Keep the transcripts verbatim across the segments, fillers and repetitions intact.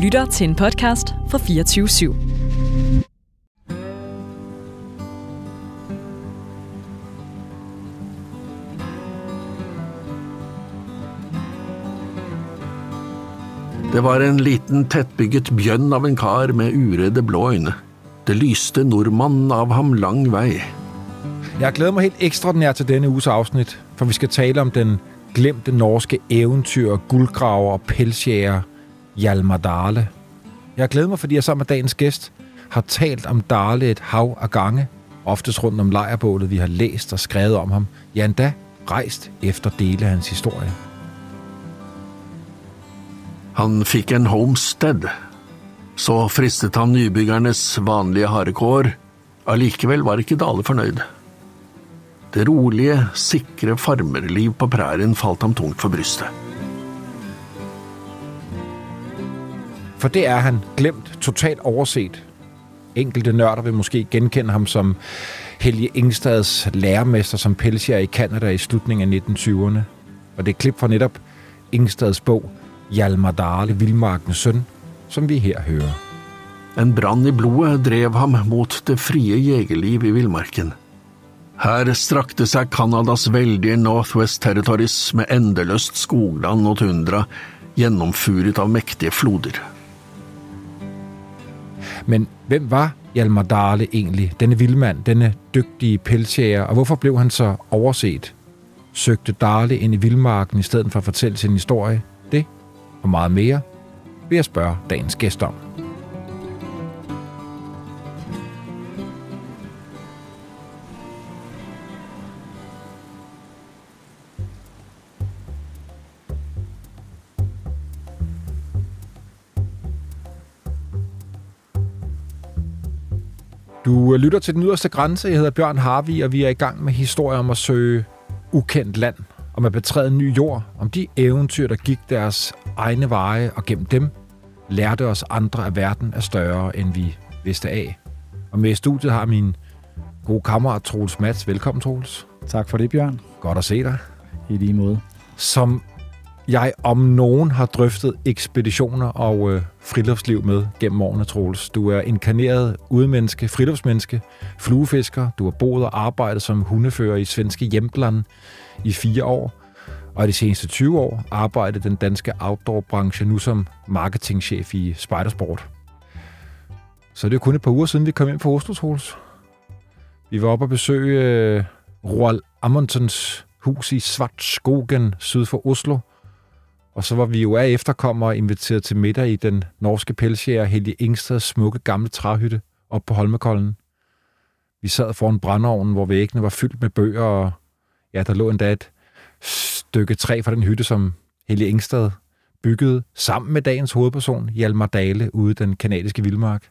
lytter til en podcast fra fireogtyve syv. Det var en liten tettbygget bjønn av en kar med uredde blå øjne. Det lyste nordmanden av ham lang vej. Jeg glæder mig helt ekstraordinært til denne uges afsnit, for vi skal tale om den glemte norske eventyr, guldgraver og pelsjæger Hjalmar Dale. Jeg glæder mig, fordi jeg sammen med dagens gæst har talt om Dale et hav af gange, oftest rundt om lejrbålet, vi har læst og skrevet om ham, ja endda rejst efter dele af hans historie. Han fik en homestead. Så fristet han nybyggernes vanlige harekår. Allikevel var ikke Dale fornøyd. Det rolige, sikre farmerliv på prærien falt ham tungt for brystet. For det er han glemt, totalt overset. Enkelte nørder vil måske genkende ham som Helge Ingstads lærermester som pelsjæger i Canada i slutningen af nitten tyverne. Og det er klip fra netop Ingstads bog Hjalmar Dale, Vildmarkens søn, som vi her hører. En brand i blodet drev ham mot det frie jægerliv i vildmarken. Her strakte sig Kanadas vældige Northwest Territories med endeløst skogland og tundra, gennemfuret av mægtige floder. Men hvem var Hjalmar Dale egentlig, denne vildmand, denne dygtige pelsjæger, og hvorfor blev han så overset? Søgte Dale ind i vildmarken i stedet for at fortælle sin historie? Det og meget mere vil jeg spørge dagens gæst om. Du lytter til Den Yderste Grænse. Jeg hedder Bjørn Harvig, og vi er i gang med historier om at søge ukendt land, om at betræde ny jord, om de eventyr, der gik deres egne veje, og gennem dem lærte os andre, at verden er større, end vi vidste af. Og med i studiet har min gode kammerat Troels Mats. Velkommen, Troels. Tak for det, Bjørn. Godt at se dig. I lige måde. Som jeg om nogen har drøftet ekspeditioner og øh, friluftsliv med gennem årene, Troels. Du er inkarneret udemenneske, friluftsmenneske, fluefisker. Du har boet og arbejdet som hundefører i svenske Jämtland i fire år. Og i de seneste tyve år arbejdede den danske outdoor-branche nu som marketingchef i Spejdersport. Så det er kun et par uger siden, vi kom ind på Oslo, Troels. Vi var oppe og besøge øh, Roald Amundsens hus i Svartskogen syd for Oslo. Og så var vi jo af efterkommere inviteret til middag i den norske pelsjæger Helge Ingstads smukke gamle træhytte op på Holmenkollen. Vi sad foran brændeovnen, hvor væggene var fyldt med bøger, og ja, der lå endda et stykke træ fra den hytte, som Helge Ingstad byggede sammen med dagens hovedperson, Hjalmar Dale, ude i den kanadiske vildmark.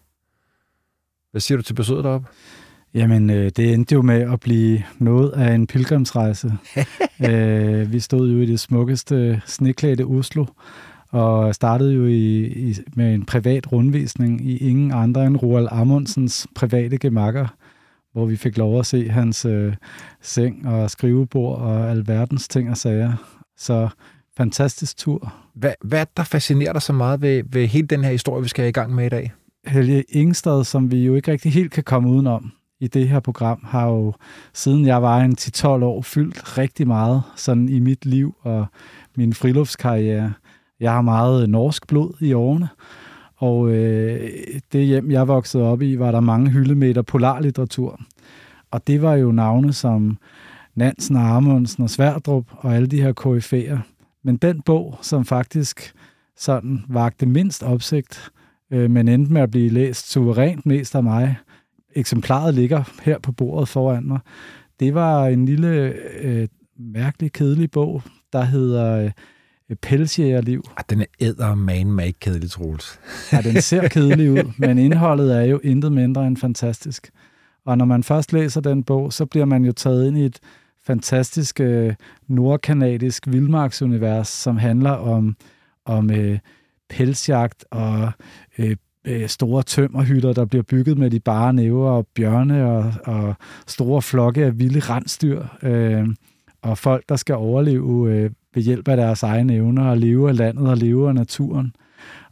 Hvad siger du til besøget deroppe? Jamen, øh, det endte jo med at blive noget af en pilgrimsrejse. øh, vi stod jo i det smukkeste sneklædte Oslo, og startede jo i, i, med en privat rundvisning i ingen andre end Roald Amundsens private gemakker, hvor vi fik lov at se hans øh, seng og skrivebord og alverdens ting og sager. Så fantastisk tur. Hvad, hvad der fascinerer dig så meget ved, ved hele den her historie, vi skal i gang med i dag? Helge Ingstad, som vi jo ikke rigtig helt kan komme udenom i det her program, har jo siden jeg var en ti til tolv år fyldt rigtig meget sådan i mit liv og min friluftskarriere. Jeg har meget norsk blod i årene, og øh, det hjem, jeg voksede op i, var der mange hyldemeter polarlitteratur. Og det var jo navne som Nansen, Amundsen og Sverdrup og alle de her koryfæer. Men den bog, som faktisk sådan vagte mindst opsigt, øh, men endte med at blive læst suverænt mest af mig, eksemplaret ligger her på bordet foran mig, det var en lille, øh, mærkelig, kedelig bog, der hedder øh, Pelsjægerliv. Ah, den er eddermane med ikke kedelig, Troels. Ja, den ser kedelig ud, men indholdet er jo intet mindre end fantastisk. Og når man først læser den bog, så bliver man jo taget ind i et fantastisk øh, nordkanadisk vildmarksunivers, som handler om, om øh, pelsjagt og øh, store tømmerhytter, der bliver bygget med de bare næver og bjørne og, og store flokke af vilde rensdyr. Øh, og folk, der skal overleve øh, ved hjælp af deres egne evner og leve af landet og leve af naturen.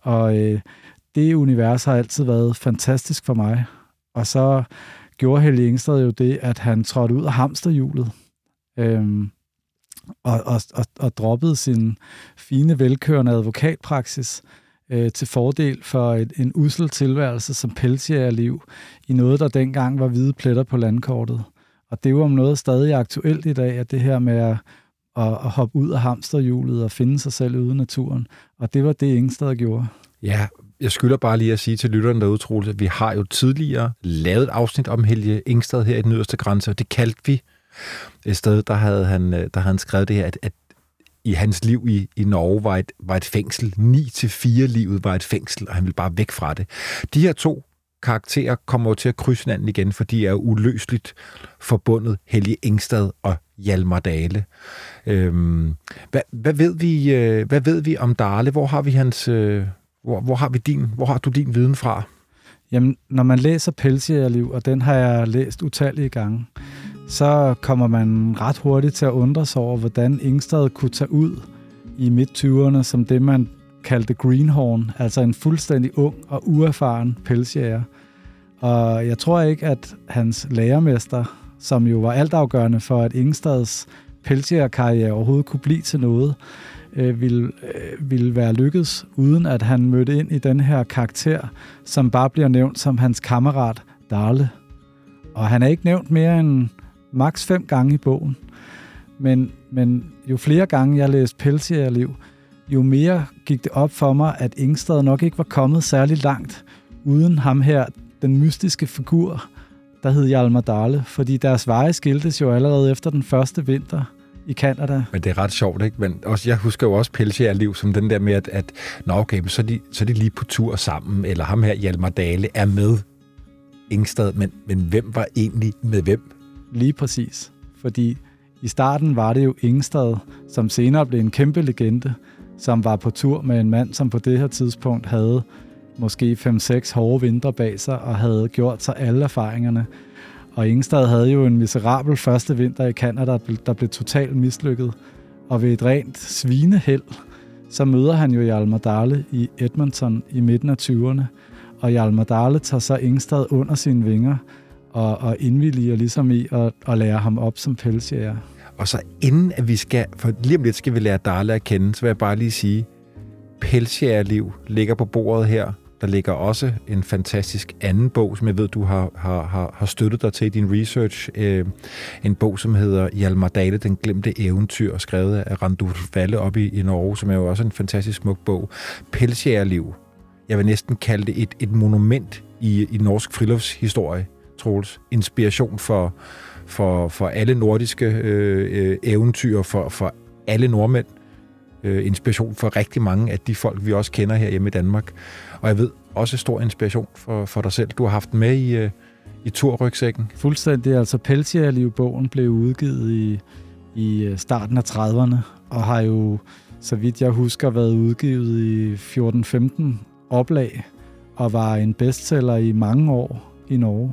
Og øh, det univers har altid været fantastisk for mig. Og så gjorde Helge Ingstad jo det, at han trådte ud af hamsterhjulet øhm, og, og, og, og droppede sin fine, velkørende advokatpraksis øh, til fordel for et, en ussel tilværelse som pelsjægerliv i noget, der dengang var hvide pletter på landkortet. Og det er jo om noget stadig aktuelt i dag, at det her med at, at, at hoppe ud af hamsterhjulet og finde sig selv ude i naturen. Og det var det, Ingstad gjorde. Ja, jeg skylder bare lige at sige til lytterne derude, Troels, at vi har jo tidligere lavet et afsnit om Helge Ingstad her i Den Yderste Grænse, og det kaldte vi et sted, der havde han, der havde han skrevet det her, at, at i hans liv i, i Norge var et, var et fængsel. ni til fire livet var et fængsel, og han ville bare væk fra det. De her to karakterer kommer jo til at krydse hinanden igen, for de er jo uløseligt forbundet, Helge Ingstad og Hjalmar Dale. Øhm, hvad, hvad, ved vi, øh, hvad ved vi om Dale? Hvor har vi hans... Øh, Hvor, hvor, har vi din, hvor har du din viden fra? Jamen, når man læser Pelsjægerliv, og den har jeg læst utallige gange, så kommer man ret hurtigt til at undre sig over, hvordan Ingstad kunne tage ud i midt-tyverne som det, man kaldte greenhorn, altså en fuldstændig ung og uerfaren pelsjæger. Og jeg tror ikke, at hans lærermester, som jo var altafgørende for, at Ingstads pelsjægerkarriere overhovedet kunne blive til noget, øh, ville, øh, ville være lykkedes, uden at han mødte ind i den her karakter, som bare bliver nævnt som hans kammerat Dale. Og han er ikke nævnt mere end maks fem gange i bogen. Men, men jo flere gange jeg læste Pelsjægerliv, jo mere gik det op for mig, at Ingstad nok ikke var kommet særlig langt uden ham her, den mystiske figur, der hed Hjalmar Dale, fordi deres veje skiltes jo allerede efter den første vinter i Canada. Men det er ret sjovt, ikke? Men også, jeg husker jo også Pelsjægerliv som den der med, at, at nå okay, så er, de, så er de lige på tur sammen, eller ham her, Hjalmar Dale, er med Ingstad, men, men hvem var egentlig med hvem? Lige præcis, fordi i starten var det jo Ingstad, som senere blev en kæmpe legende, som var på tur med en mand, som på det her tidspunkt havde måske fem seks hårde vintre bag sig, og havde gjort sig alle erfaringerne. Og Ingstad havde jo en miserabel første vinter i Canada, der blev totalt mislykket. Og ved et rent svineheld, så møder han jo Hjalmar Dale i Edmonton i midten af tyverne. Og Hjalmar Dale tager så Ingstad under sine vinger, og, og indvilliger ligesom i at, at lære ham op som pelsjæger. Og så inden at vi skal, for lige om lidt skal vi lære Dale at kende, så vil jeg bare lige sige, Pelsjægerliv ligger på bordet her. Der ligger også en fantastisk anden bog, som jeg ved, du har, har, har støttet dig til i din research. Øh, en bog, som hedder Hjalmar Dale, den glemte eventyr, skrevet af Randulf Valle op i, i Norge, som er jo også en fantastisk smuk bog. Pelsjægerliv. Jeg vil næsten kalde det et, et monument i, i norsk friluftshistorie, Troels. Inspiration for, for, for alle nordiske øh, eventyr, for, for alle nordmænd. Øh, inspiration for rigtig mange af de folk, vi også kender her hjemme i Danmark. Og jeg ved også stor inspiration for, for dig selv. Du har haft den med i, uh, i turrygsækken. Fuldstændig. Altså Pelsjægerliv-bogen blev udgivet i, i starten af trediverne, og har jo, så vidt jeg husker, været udgivet i fjorten femten oplag, og var en bestseller i mange år i Norge.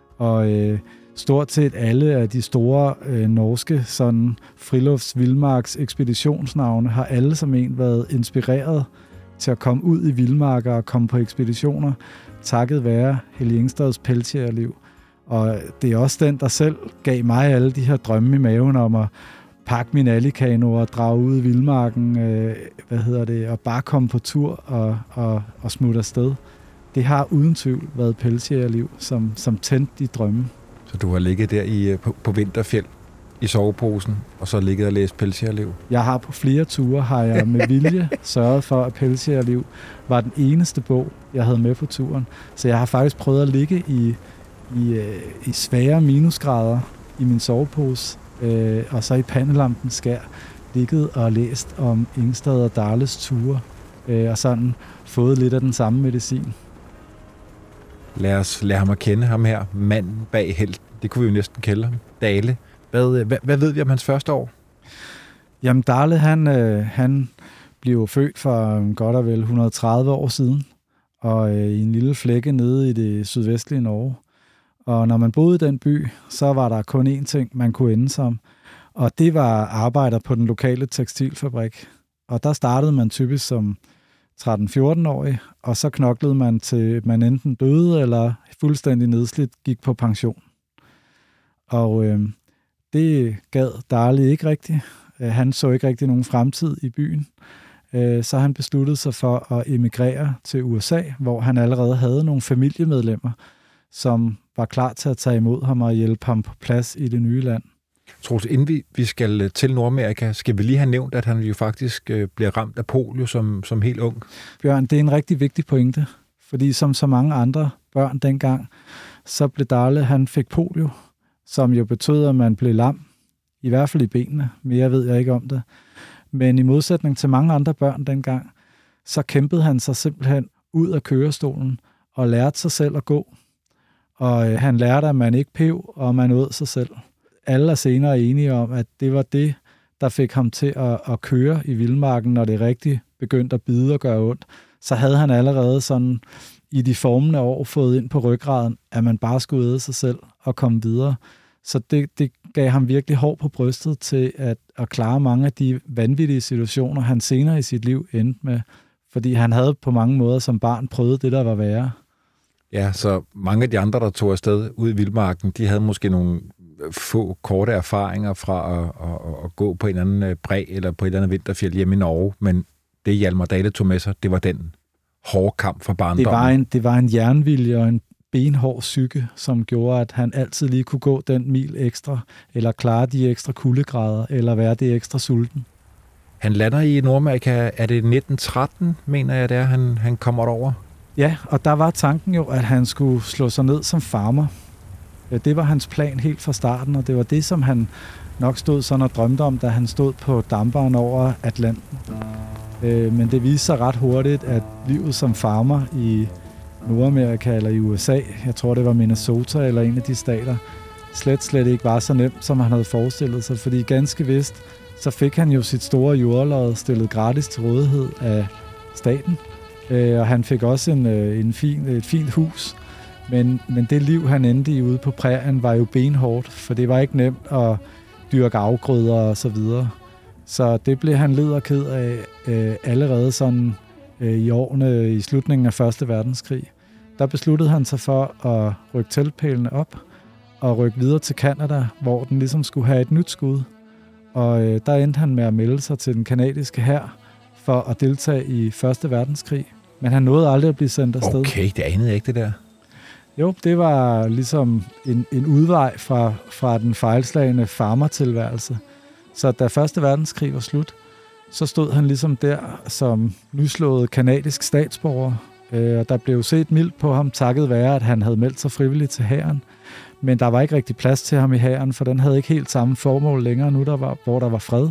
Og øh, stort set alle af de store øh, norske sådan frilufts-, vildmarks-, ekspeditionsnavne har alle som en været inspireret til at komme ud i vildmarker og komme på ekspeditioner, takket være Helge Ingstads Pelsjægerliv. Og det er også den, der selv gav mig alle de her drømme i maven om at pakke min allikano og drage ud i vildmarken, øh, hvad hedder det, og bare komme på tur og, og, og smutte afsted. Det har uden tvivl været Pelsjægerliv, som, som tændte de drømme. Så du har ligget der i, på, på Vinterfjeld i soveposen, og så ligget og læst Pelsjægerliv? Jeg har på flere ture, har jeg med vilje sørget for, at Pelsjægerliv var den eneste bog, jeg havde med på turen. Så jeg har faktisk prøvet at ligge i, i, i svære minusgrader i min sovepose, øh, og så i pandelampens skær ligget og læst om Ingstad og Dales ture, øh, og sådan fået lidt af den samme medicin. Lad os lade ham at kende, ham her, manden bag helt. Det kunne vi jo næsten kalde ham. Dale. Hvad, hvad, hvad ved vi om hans første år? Jamen, Dale, han, øh, han blev født for godt og vel et hundrede og tredive år siden, og øh, i en lille flække nede i det sydvestlige Norge. Og når man boede i den by, så var der kun én ting, man kunne ende som, og det var arbejder på den lokale tekstilfabrik. Og der startede man typisk som tretten-fjorten-årig, og så knoklede man til, man enten døde eller fuldstændig nedslidt gik på pension. Og øh, det gad Darley ikke rigtigt. Han så ikke rigtig nogen fremtid i byen, øh, så han besluttede sig for at emigrere til U S A, hvor han allerede havde nogle familiemedlemmer, som var klar til at tage imod ham og hjælpe ham på plads i det nye land. Troels, inden vi, vi skal til Nordamerika, skal vi lige have nævnt, at han jo faktisk øh, bliver ramt af polio som, som helt ung. Bjørn, det er en rigtig vigtig pointe, fordi som så mange andre børn dengang, så blev Darley, han fik polio, som jo betød, at man blev lam, i hvert fald i benene, mere ved jeg ikke om det. Men i modsætning til mange andre børn dengang, så kæmpede han sig simpelthen ud af kørestolen og lærte sig selv at gå. Og øh, han lærte, at man ikke pev, og man åd sig selv. Alle er senere enige om, at det var det, der fik ham til at, at køre i vildmarken, når det rigtig begyndte at bide og gøre ondt. Så havde han allerede sådan i de formende år fået ind på ryggraden, at man bare skulle æde sig selv og komme videre. Så det, det gav ham virkelig hår på brystet til at, at klare mange af de vanvittige situationer, han senere i sit liv endte med. Fordi han havde på mange måder som barn prøvet det, der var værre. Ja, så mange af de andre, der tog afsted ud i vildmarken, de havde måske nogle få korte erfaringer fra at, at, at gå på en eller anden bræ eller på et eller andet vinterfjeld hjemme i Norge, men det Hjalmar Dale tog med sig, det var den hårde kamp for barndommen. Det var en, det var en jernvilje og en benhård psyke, som gjorde, at han altid lige kunne gå den mil ekstra, eller klare de ekstra kuldegrader, eller være det ekstra sulten. Han lander i Nordamerika, er det nitten tretten, mener jeg, det er, han, han kommer derover? Ja, og der var tanken jo, at han skulle slå sig ned som farmer. Det var hans plan helt fra starten, og det var det, som han nok stod sådan og drømte om, da han stod på damperen over Atlanten. Men det viste sig ret hurtigt, at livet som farmer i Nordamerika eller i U S A, jeg tror det var Minnesota eller en af de stater, slet slet ikke var så nemt, som han havde forestillet sig, fordi ganske vist, så fik han jo sit store jordlod stillet gratis til rådighed af staten, og han fik også en, en fin, et fint hus, men, men det liv, han endte i ude på prærien, var jo benhårdt, for det var ikke nemt at dyrke afgrøder og så videre. Så det blev han led og ked af øh, allerede sådan øh, i årene i slutningen af første verdenskrig. Der besluttede han sig for at rykke teltpælene op og rykke videre til Canada, hvor den ligesom skulle have et nyt skud. Og øh, der endte han med at melde sig til den canadiske hær for at deltage i første verdenskrig. Men han nåede aldrig at blive sendt afsted. Okay, det anede jeg ikke det der. Jo, det var ligesom en, en udvej fra, fra den fejlslagne farmertilværelse. Så da første verdenskrig var slut, så stod han ligesom der som nyslået kanadisk statsborger. Og der blev set mildt på ham, takket være, at han havde meldt sig frivilligt til hæren. Men der var ikke rigtig plads til ham i hæren, for den havde ikke helt samme formål længere nu, der var, hvor der var fred.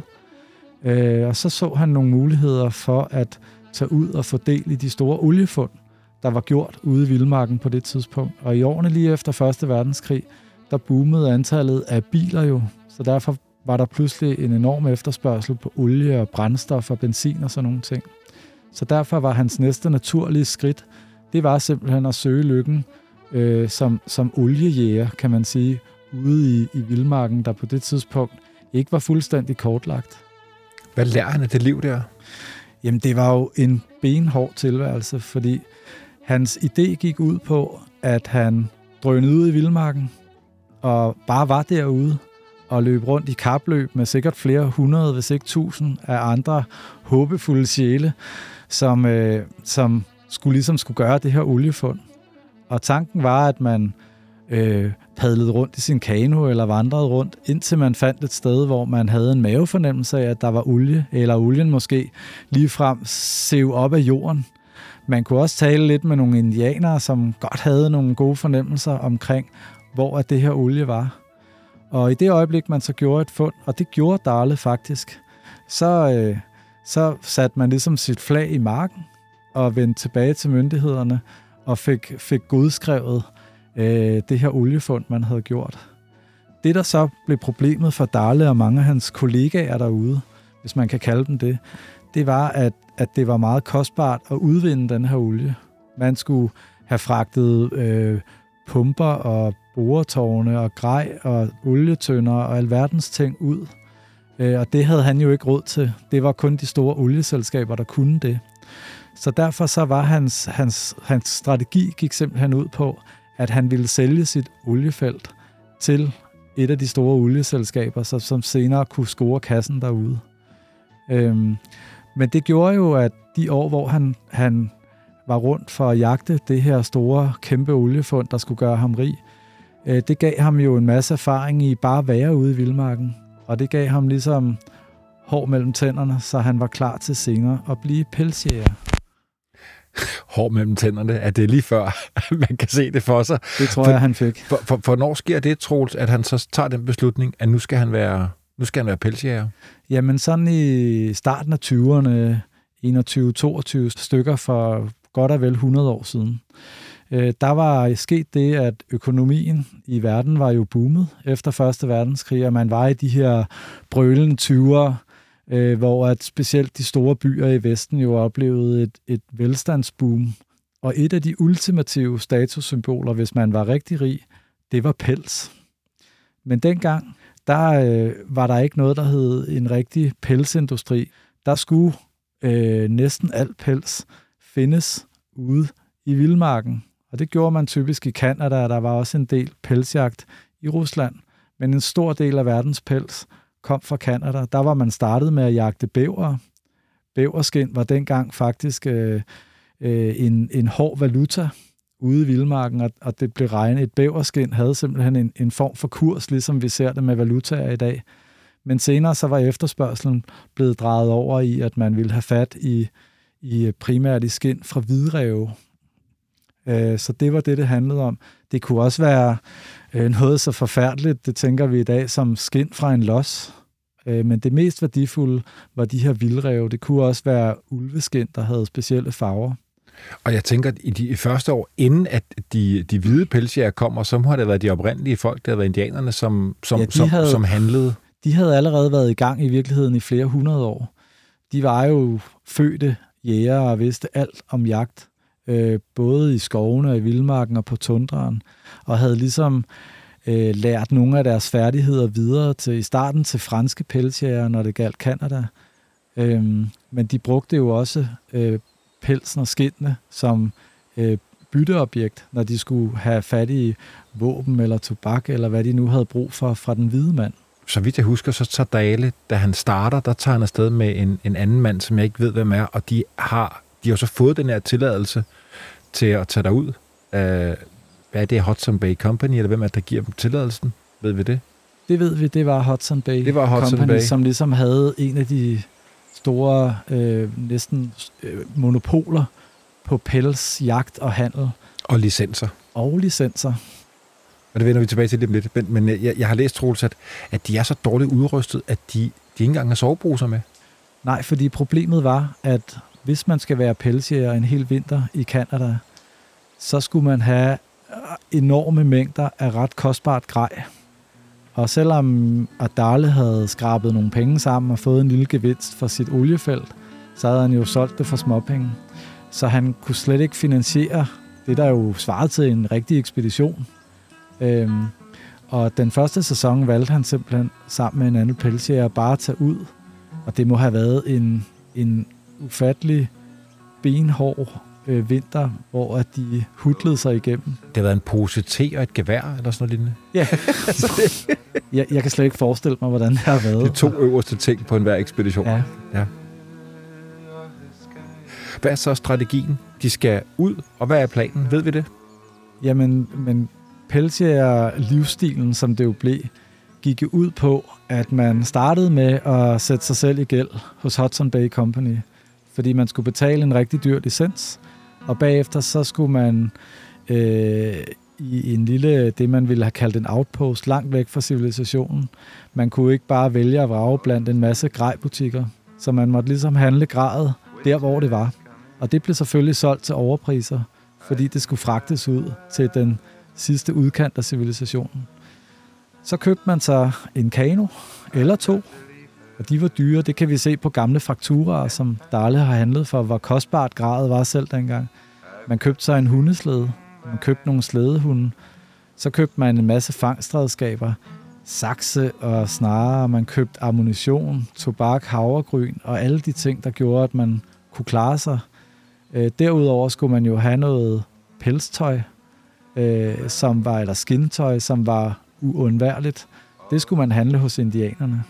Og så så han nogle muligheder for at tage ud og få del i de store oliefund, der var gjort ude i vildmarken på det tidspunkt. Og i årene lige efter første verdenskrig, der boomede antallet af biler jo, så derfor var der pludselig en enorm efterspørgsel på olie og brændstof og benzin og sådan nogle ting. Så derfor var hans næste naturlige skridt, det var simpelthen at søge lykken øh, som, som oliejæger, kan man sige, ude i, i vildmarken, der på det tidspunkt ikke var fuldstændig kortlagt. Hvad lærer han af det liv der? Jamen, det var jo en benhård tilværelse, fordi hans idé gik ud på, at han drønede ud i vildmarken og bare var derude og løb rundt i kapløb med sikkert flere hundrede, hvis ikke tusind af andre håbefulde sjæle, som, øh, som skulle ligesom skulle gøre det her oliefund. Og tanken var, at man øh, padlede rundt i sin kano eller vandrede rundt, indtil man fandt et sted, hvor man havde en mavefornemmelse af, at der var olie, eller olien måske ligefrem sev op af jorden. Man kunne også tale lidt med nogle indianere, som godt havde nogle gode fornemmelser omkring, hvor det her olie var. Og i det øjeblik, man så gjorde et fund, og det gjorde Darley faktisk, så, øh, så satte man ligesom sit flag i marken og vendte tilbage til myndighederne og fik, fik godskrevet øh, det her oliefund, man havde gjort. Det, der så blev problemet for Darley og mange af hans kollegaer derude, hvis man kan kalde dem det, det var, at, at det var meget kostbart at udvinde den her olie. Man skulle have fragtet øh, pumper og boretårne og grej og olietønder og alverdens ting ud. Øh, og det havde han jo ikke råd til. Det var kun de store olieselskaber, der kunne det. Så derfor så var hans, hans, hans strategi gik simpelthen ud på, at han ville sælge sit oliefelt til et af de store olieselskaber, så, som senere kunne score kassen derude. Øhm, men det gjorde jo, at de år, hvor han, han var rundt for at jagte det her store, kæmpe oliefund, der skulle gøre ham rig, øh, det gav ham jo en masse erfaring i bare at være ude i vildmarken. Og det gav ham ligesom hår mellem tænderne, så han var klar til senere at blive pelsjæger. Hår mellem tænderne, er det lige før, man kan se det for sig? Det tror for, jeg, han fik. For, for, for når sker det, Troels, at han så tager den beslutning, at nu skal han være, nu skal han være pelsjæger? Jamen sådan i starten af tyverne, enogtyve toogtyve stykker for godt og vel hundrede år siden, øh, der var sket det, at økonomien i verden var jo boomet efter første verdenskrig, og man var i de her brølende tyvere, øh, hvor at specielt de store byer i Vesten jo oplevede et, et velstandsboom. Og et af de ultimative statussymboler, hvis man var rigtig rig, det var pels. Men dengang, der øh, var der ikke noget, der hed en rigtig pelsindustri. Der skulle øh, næsten alt pels findes ude i vildmarken. Og det gjorde man typisk i Canada, og der var også en del pelsjagt i Rusland. Men en stor del af verdens pels kom fra Canada. Der var man startet med at jagte bæver. Bæverskin var dengang faktisk øh, øh, en, en hård valuta ude i vildmarken, og, og det blev regnet. Et bæverskin havde simpelthen en, en form for kurs, ligesom vi ser det med valutaer i dag. Men senere så var efterspørgselen blevet drejet over i, at man ville have fat i, i primært i skind fra hvidræve. Øh, så det var det, det handlede om. Det kunne også være øh, noget så forfærdeligt, det tænker vi i dag, som skind fra en los. Øh, men det mest værdifulde var de her vildræve. Det kunne også være ulveskind, der havde specielle farver. Og jeg tænker, at i de første år, inden at de, de hvide pelsjæger kommer, så må det have været de oprindelige folk, der havde været indianerne, som, som, ja, som, havde, som handlede. De havde allerede været i gang i virkeligheden i flere hundrede år. De var jo fødte jægere og vidste alt om jagt, øh, både i skovene og i vildmarken og på tundraen, og havde ligesom øh, lært nogle af deres færdigheder videre til i starten til franske pelsjæger, når det galt Canada. Øh, men de brugte jo også øh, pelsen og skindene som øh, bytteobjekt, når de skulle have fat i våben eller tobak, eller hvad de nu havde brug for fra den hvide mand. Så vidt jeg husker, så tager Dale, da han starter, der tager han afsted med en, en anden mand, som jeg ikke ved, hvem er, og de har, de har så fået den her tilladelse til at tage derud. Uh, hvad er det, Hudson Bay Company, eller hvem er det, der giver dem tilladelsen? Ved vi det? Det ved vi, det var Hudson Bay det var Hudson Company, Bay. Som ligesom havde en af de store, øh, næsten øh, monopoler på pels, jagt og handel. Og licenser. Og licenser. Og det vender vi tilbage til lidt om lidt. Men, men jeg, jeg har læst, Troels, at, at de er så dårligt udrustet, at de, de ikke engang har sovebruser med. Nej, fordi problemet var, at hvis man skal være pelsjæger en hel vinter i Canada, så skulle man have enorme mængder af ret kostbart grej. Og selvom Adale havde skrabet nogle penge sammen og fået en lille gevinst for sit oliefelt, så havde han jo solgt det for småpenge. Så han kunne slet ikke finansiere det, der jo svarede til en rigtig ekspedition. Øhm, og den første sæson valgte han simpelthen sammen med en anden pelsjæger bare at tage ud. Og det må have været en, en ufattelig benhård øh, vinter, hvor at de hudlede sig igennem. Det har været en pose te og et gevær, eller sådan noget lignende? Ja, jeg, jeg kan slet ikke forestille mig, hvordan det har været. De to øverste ting på enhver ekspedition. Ja. Ja. Hvad er så strategien? De skal ud, og hvad er planen? Ved vi det? Jamen, men pelsjæger-livsstilen, som det jo blev, gik ud på, at man startede med at sætte sig selv i gæld hos Hudson Bay Company, fordi man skulle betale en rigtig dyr licens, og bagefter så skulle man øh, i en lille, det man ville have kaldt en outpost, langt væk fra civilisationen. Man kunne ikke bare vælge at vrage blandt en masse grejbutikker, så man måtte ligesom handle gradet der, hvor det var. Og det blev selvfølgelig solgt til overpriser, fordi det skulle fragtes ud til den sidste udkant af civilisationen. Så købte man sig en kano eller to, og de var dyre. Det kan vi se på gamle fakturaer, som Dale har handlet for, hvor kostbart gradet var selv dengang. Man købte sig en hundeslede, man købte nogle slædehunde, så købte man en masse fangstredskaber. sakse og snare, man købte ammunition, tobak, havregryn og alle de ting, der gjorde, at man kunne klare sig. Øh, derudover skulle man jo have noget pelstøj, øh, som var, eller skintøj, som var uundværligt. Det skulle man handle hos indianerne.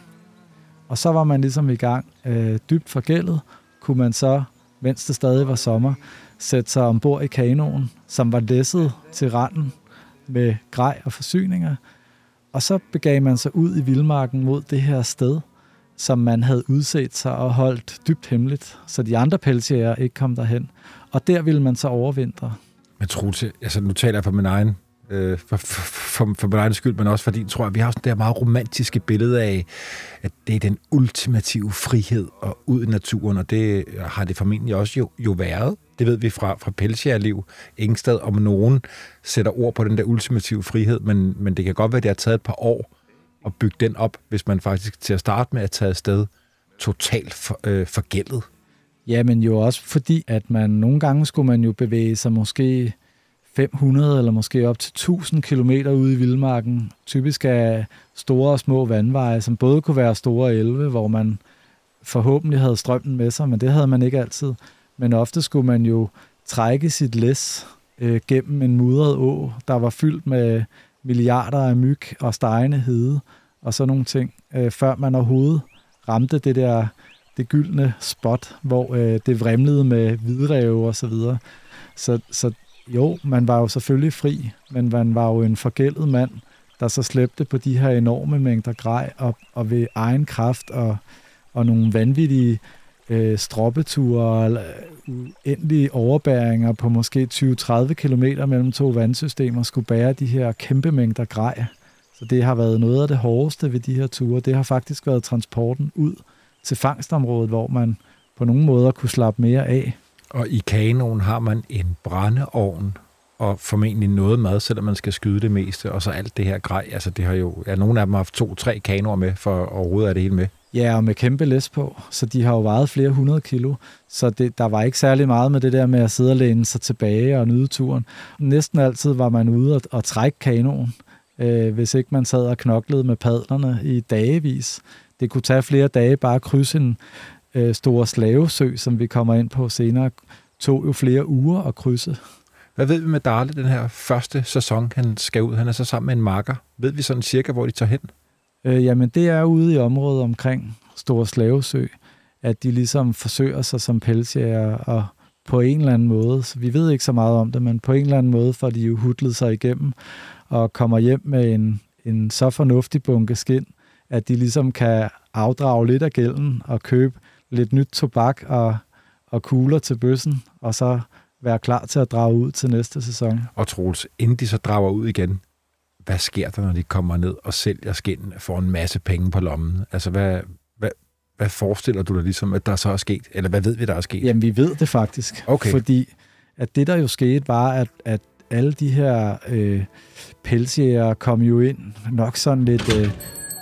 Og så var man ligesom i gang. Øh, dybt forgældet kunne man så, mens det stadig var sommer, sætte sig ombord i kanoen, som var læsset til randen med grej og forsyninger. Og så begav man sig ud i vildmarken mod det her sted, som man havde udset sig og holdt dybt hemmeligt, så de andre pelsjæger ikke kom derhen. Og der ville man så overvintre. Men Troels, altså nu taler jeg for min egen, øh, for, for, for, for min egen skyld, men også fordi, tror jeg, vi har sådan det meget romantiske billede af, at det er den ultimative frihed og ud i naturen, og det har det formentlig også jo, jo været. Det ved vi fra, fra pelsjægerliv. Ingen sted om nogen sætter ord på den der ultimative frihed, men, men det kan godt være, at det har taget et par år at bygge den op, hvis man faktisk til at starte med at tage afsted totalt for, øh, forgældet. Ja, men jo også fordi, at man nogle gange skulle man jo bevæge sig måske fem hundrede eller måske op til tusind kilometer ude i vildmarken. Typisk af store og små vandveje, som både kunne være store elve, hvor man forhåbentlig havde strømmen med sig, men det havde man ikke altid. Men ofte skulle man jo trække sit læs øh, gennem en mudret å, der var fyldt med milliarder af myg og stegende hede og sådan nogle ting, øh, før man overhovedet ramte det der det gyldne spot, hvor øh, det vrimlede med hvidræve og så videre. Så, så jo, man var jo selvfølgelig fri, men man var jo en forgældet mand, der så slæbte på de her enorme mængder grej og, og ved egen kraft og, og nogle vanvittige øh, stroppeture og uendelige overbæringer på måske tyve til tredive kilometer mellem to vandsystemer skulle bære de her kæmpe mængder grej. Så det har været noget af det hårdeste ved de her ture. Det har faktisk været transporten ud til fangstområdet, hvor man på nogle måder kunne slappe mere af. Og i kanoen har man en brændeovn og formentlig noget mad, selvom man skal skyde det meste, og så alt det her grej. Altså det har jo, ja, nogle af dem har haft to-tre kanoer med, for overhovedet er det hele med. Ja, og med kæmpe læs på, så de har jo vejet flere hundrede kilo, så det, der var ikke særlig meget med det der med at sidde og læne sig tilbage og nyde turen. Næsten altid var man ude og, og trække kanoen, øh, hvis ikke man sad og knoklede med padlerne i dagevis. Det kunne tage flere dage bare at krydse en øh, stor slavesø, som vi kommer ind på senere, tog jo flere uger at krydse. Hvad ved vi med Darle, den her første sæson, han skal ud? Han er så sammen med en makker. Ved vi sådan cirka, hvor de tager hen? Øh, jamen, det er ude i området omkring Store Slavesø, at de ligesom forsøger sig som pelsjæger, og på en eller anden måde, så vi ved ikke så meget om det, men på en eller anden måde får de jo hudlet sig igennem, og kommer hjem med en, en så fornuftig bunke skind, at de ligesom kan afdrage lidt af gælden, og købe lidt nyt tobak og, og kugler til bøssen, og så være klar til at drage ud til næste sæson. Og Troels, inden de så drager ud igen, hvad sker der, når de kommer ned og sælger skinden og får en masse penge på lommen? Altså, hvad, hvad, hvad forestiller du dig ligesom, at der så er sket? Eller hvad ved vi, der er sket? Jamen, vi ved det faktisk. Okay. Fordi at det, der jo skete, var, at, at alle de her øh, pelsjæger kom jo ind nok sådan lidt øh,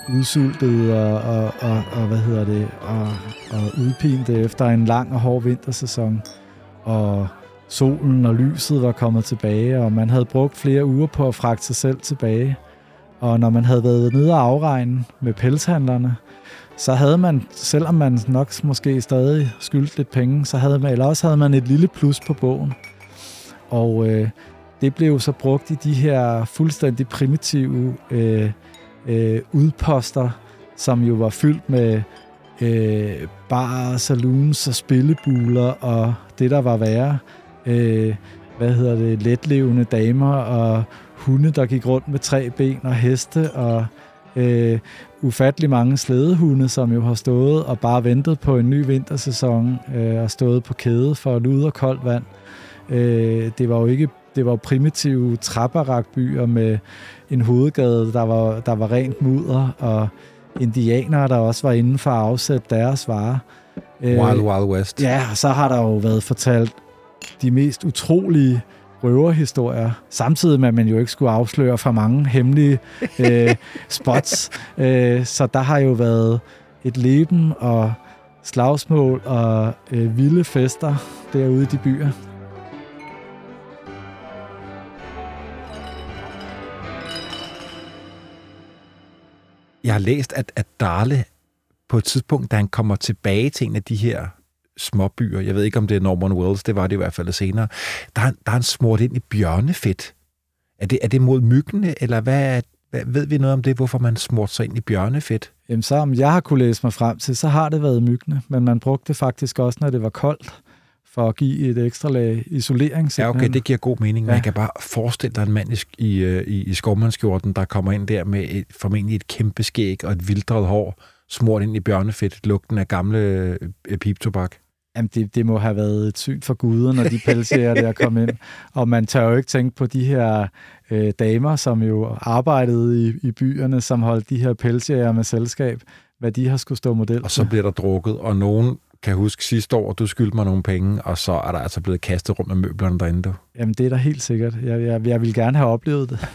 udsultet og, og, og, og, hvad hedder det, og, og udpinte efter en lang og hård vintersæson. Og solen og lyset var kommet tilbage, og man havde brugt flere uger på at fragte sig selv tilbage. Og når man havde været nede og afregne med pelshandlerne, så havde man, selvom man nok måske stadig skyldte lidt penge, så havde man, eller også havde man et lille plus på bogen. Og øh, det blev så brugt i de her fuldstændig primitive øh, øh, udposter, som jo var fyldt med øh, barer, saloons og spillebuler og det, der var værre. Øh, hvad hedder det, letlevende damer og hunde, der gik rundt med tre ben og heste og øh, ufattelig mange slædehunde, som jo har stået og bare ventet på en ny vintersæson øh, og stået på kæde for lud og koldt vand. Øh, det var jo ikke, det var jo primitive trapperakbyer med en hovedgade, der var, der var rent mudder, og indianere, der også var inden for at afsætte deres varer. Øh, Wild Wild West. Ja, så har der jo været fortalt de mest utrolige røverhistorier, samtidig med, at man jo ikke skulle afsløre for mange hemmelige øh, spots. Øh, så der har jo været et leben og slagsmål og øh, vilde fester derude i de byer. Jeg har læst, at, at Darle på et tidspunkt, da han kommer tilbage til en af de her småbyer, jeg ved ikke, om det er Norman Wells, det var det i hvert fald senere, der, der er han smurt ind i bjørnefedt. Er det, er det mod myggene, eller hvad, hvad ved vi noget om det, hvorfor man smurt sig ind i bjørnefedt? Jamen, så om jeg har kunne læse mig frem til, så har det været myggene, men man brugte det faktisk også, når det var koldt, for at give et ekstra lag isolering. Ja, okay, det giver god mening. Ja. Man kan bare forestille dig en mand i, i, i skovmandskjorten, der kommer ind der med et, formentlig et kæmpe skæg og et vildret hår, smurt ind i bjørnefedt, lugten af gamle øh, piptobak. Jamen, det, det må have været et syn for guder, når de pelsjæger der kom ind. Og man tør jo ikke tænke på de her øh, damer, som jo arbejdede i, i byerne, som holdt de her pelsjæger med selskab, hvad de har skulle stå model. Og så bliver der drukket, og nogen kan huske sidste år, du skyldte mig nogle penge, og så er der altså blevet kastet rundt med møblerne derinde. Du. Jamen, det er da helt sikkert. Jeg, jeg, jeg vil gerne have oplevet det.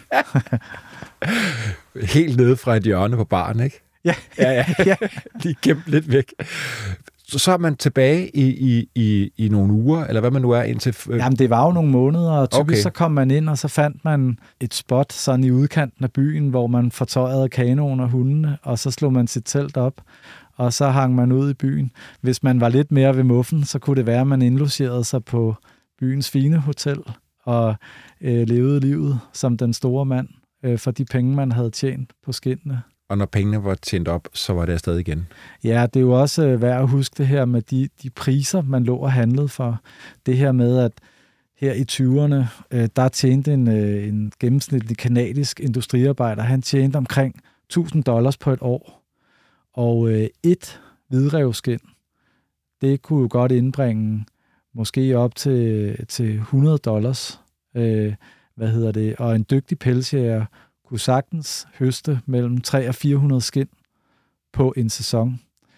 Helt nede fra et hjørne på baren, ikke? Ja. ja, ja, ja. Lige gemt lidt væk. Så, så er man tilbage i, i, i, i nogle uger, eller hvad man nu er indtil... Jamen, det var jo nogle måneder, og typisk okay. Så kom man ind, og så fandt man et spot sådan i udkanten af byen, hvor man fortøjede kanoen og hundene, og så slog man sit telt op, og så hang man ud i byen. Hvis man var lidt mere ved muffen, så kunne det være, at man indlogerede sig på byens fine hotel, og øh, levede livet som den store mand, øh, for de penge, man havde tjent på skindene. Og når pengene var tjent op, så var det afsted igen. Ja, det er jo også øh, værd at huske det her med de, de priser, man lå og handlede for. Det her med, at her i tyverne, øh, der tjente en, øh, en gennemsnitlig kanadisk industriarbejder, han tjente omkring tusind dollars på et år. Og øh, et hvidrevskind, det kunne jo godt indbringe måske op til, til hundrede dollars. Øh, hvad hedder det? Og en dygtig pelsjæger kunne sagtens høste mellem tre hundrede og fire hundrede skind på en sæson.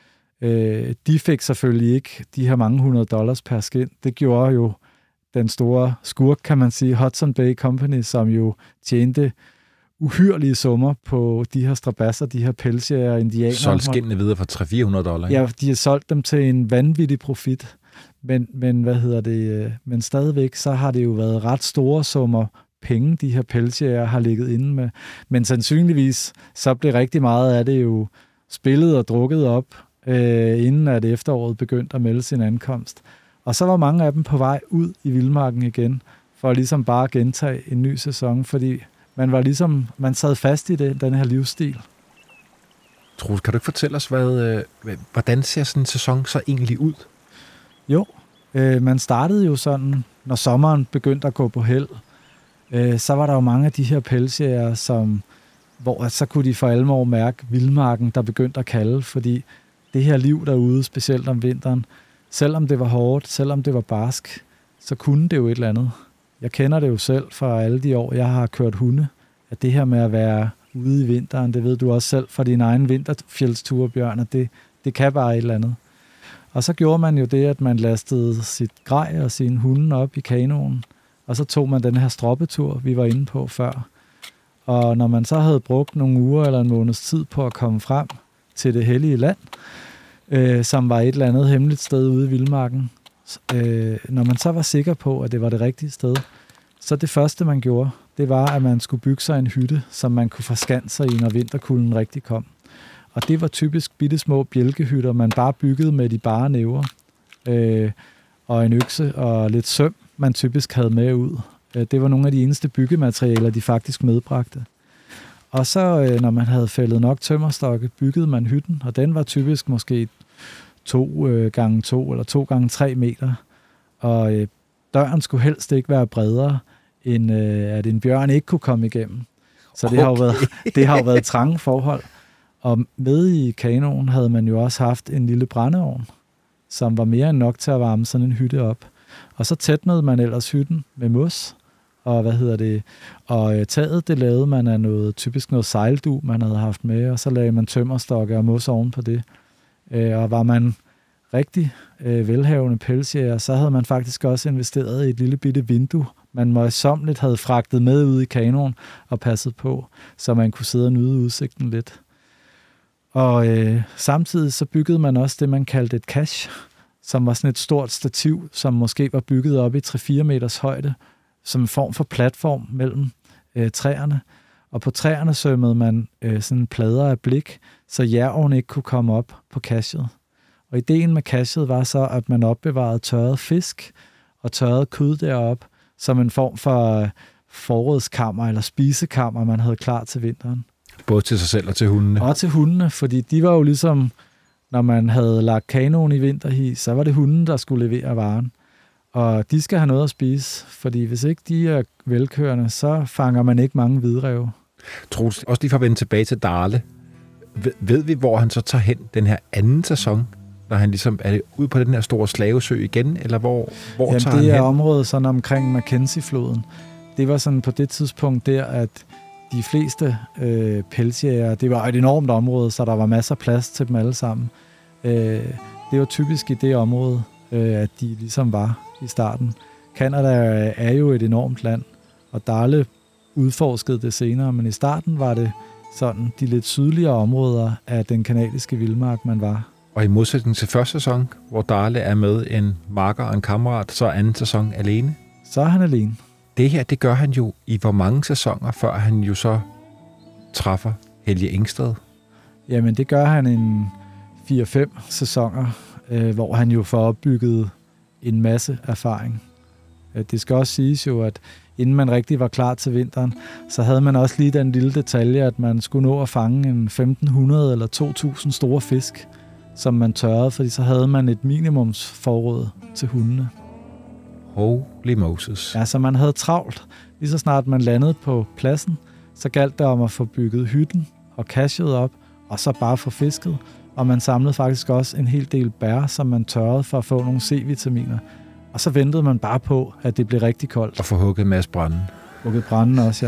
Øh, de fik selvfølgelig ikke de her mange hundrede dollars per skind. Det gjorde jo den store skurk, kan man sige, Hudson Bay Company, som jo tjente uhyrlige summer på de her strabasser, de her pelsjæger og indianer. Solgte skindene videre for tre hundrede til fire hundrede dollar. Ja, de har solgt dem til en vanvittig profit. Men, men hvad hedder det? Men stadigvæk, så har det jo været ret store summer penge, de her pelsjæger har ligget inde med. Men sandsynligvis, så blev rigtig meget af det jo spillet og drukket op, øh, inden at efteråret begyndte at melde sin ankomst. Og så var mange af dem på vej ud i vildmarken igen, for ligesom bare at gentage en ny sæson, fordi man var ligesom, man sad fast i det, den her livsstil. Troels, kan du ikke fortælle os, hvad, øh, hvordan ser sådan en sæson så egentlig ud? Jo, øh, man startede jo sådan, når sommeren begyndte at gå på held, øh, så var der jo mange af de her pelsjæger, som, hvor så kunne de for alvor mærke vildmarken, der begyndte at kalde, fordi det her liv derude, specielt om vinteren, selvom det var hårdt, selvom det var barsk, så kunne det jo et eller andet. Jeg kender det jo selv fra alle de år, jeg har kørt hunde, at det her med at være ude i vinteren, det ved du også selv fra din egen vinterfjeldsture, Bjørn, at det, det kan bare et eller andet. Og så gjorde man jo det, at man lastede sit grej og sine hunde op i kanoen, og så tog man den her stroppetur, vi var inde på før. Og når man så havde brugt nogle uger eller en måneds tid på at komme frem til det hellige land, øh, som var et eller andet hemmeligt sted ude i vildmarken, øh, når man så var sikker på, at det var det rigtige sted, så det første, man gjorde, det var, at man skulle bygge sig en hytte, som man kunne forskanse sig i, når vinterkulden rigtig kom. Og det var typisk bitte små bjælkehytter, man bare byggede med de bare næver, øh, og en økse og lidt søm, man typisk havde med ud. Det var nogle af de eneste byggematerialer, de faktisk medbragte. Og så, øh, når man havde fældet nok tømmerstokke, byggede man hytten, og den var typisk måske to øh, gange to eller to gange tre meter. Og øh, døren skulle helst ikke være bredere, end øh, at en bjørn ikke kunne komme igennem. Så det okay. har jo været, det har jo været trange forhold. Og med i kanoen havde man jo også haft en lille brændeovn, som var mere end nok til at varme sådan en hytte op. Og så tætnede man ellers hytten med mos, og hvad hedder det, og taget, det lavede man af noget, typisk noget sejldu, man havde haft med, og så lagde man tømmerstokke og mos oven på det. Og var man rigtig øh, velhavende pelsjæger, så havde man faktisk også investeret i et lille bitte vindue, man møjsommeligt havde fragtet med ud i kanoen og passet på, så man kunne sidde og nyde udsigten lidt. Og øh, samtidig så byggede man også det, man kaldte et cache, som var sådan et stort stativ, som måske var bygget op i tre til fire meters højde, som en form for platform mellem øh, træerne. Og på træerne sømmede man øh, sådan plader af blik, så jærgen ikke kunne komme op på cacheet. Og ideen med cacheet var så, at man opbevarede tørret fisk og tørret kød derop som en form for øh, forrådskammer eller spisekammer, man havde klar til vinteren. Både til sig selv og til hundene? Og til hundene, fordi de var jo ligesom, når man havde lagt kanoen i vinterhi, så var det hunden, der skulle levere varen. Og de skal have noget at spise, fordi hvis ikke de er velkørende, så fanger man ikke mange hvidræve. Troels, også lige for at vende tilbage til Darle. Ved, ved vi, hvor han så tager hen den her anden sæson? Når han ligesom, er det ude på den her store slavesø igen, eller hvor, hvor Jamen, tager han hen? det er området sådan omkring Mackenzie-floden. Det var sådan på det tidspunkt der, at de fleste øh, pelsjæger, det var et enormt område, så der var masser af plads til dem alle sammen. Øh, det var typisk i det område, øh, at de ligesom var i starten. Canada er jo et enormt land, og Darle udforskede det senere, men i starten var det sådan de lidt sydligere områder af den kanadiske vildmark, man var. Og i modsætning til første sæson, hvor Darle er med en makker og en kammerat, så er anden sæson alene. Så er han alene. Det her, det gør han jo i hvor mange sæsoner, før han jo så træffer Helge Engsted? Jamen, det gør han en fire fem sæsoner, øh, hvor han jo får opbygget en masse erfaring. Det skal også siges jo, at inden man rigtig var klar til vinteren, så havde man også lige den lille detalje, at man skulle nå at fange en femten hundrede eller to tusind store fisk, som man tørrede, fordi så havde man et minimumsforråd til hundene. Holy Moses. Ja, så man havde travlt. Lige så snart man landede på pladsen, så galt det om at få bygget hytten og cacheet op, og så bare få fisket. Og man samlede faktisk også en hel del bær, som man tørrede for at få nogle C-vitaminer. Og så ventede man bare på, at det blev rigtig koldt. Og få hugget en masse brænde. Hugget brænde også, ja.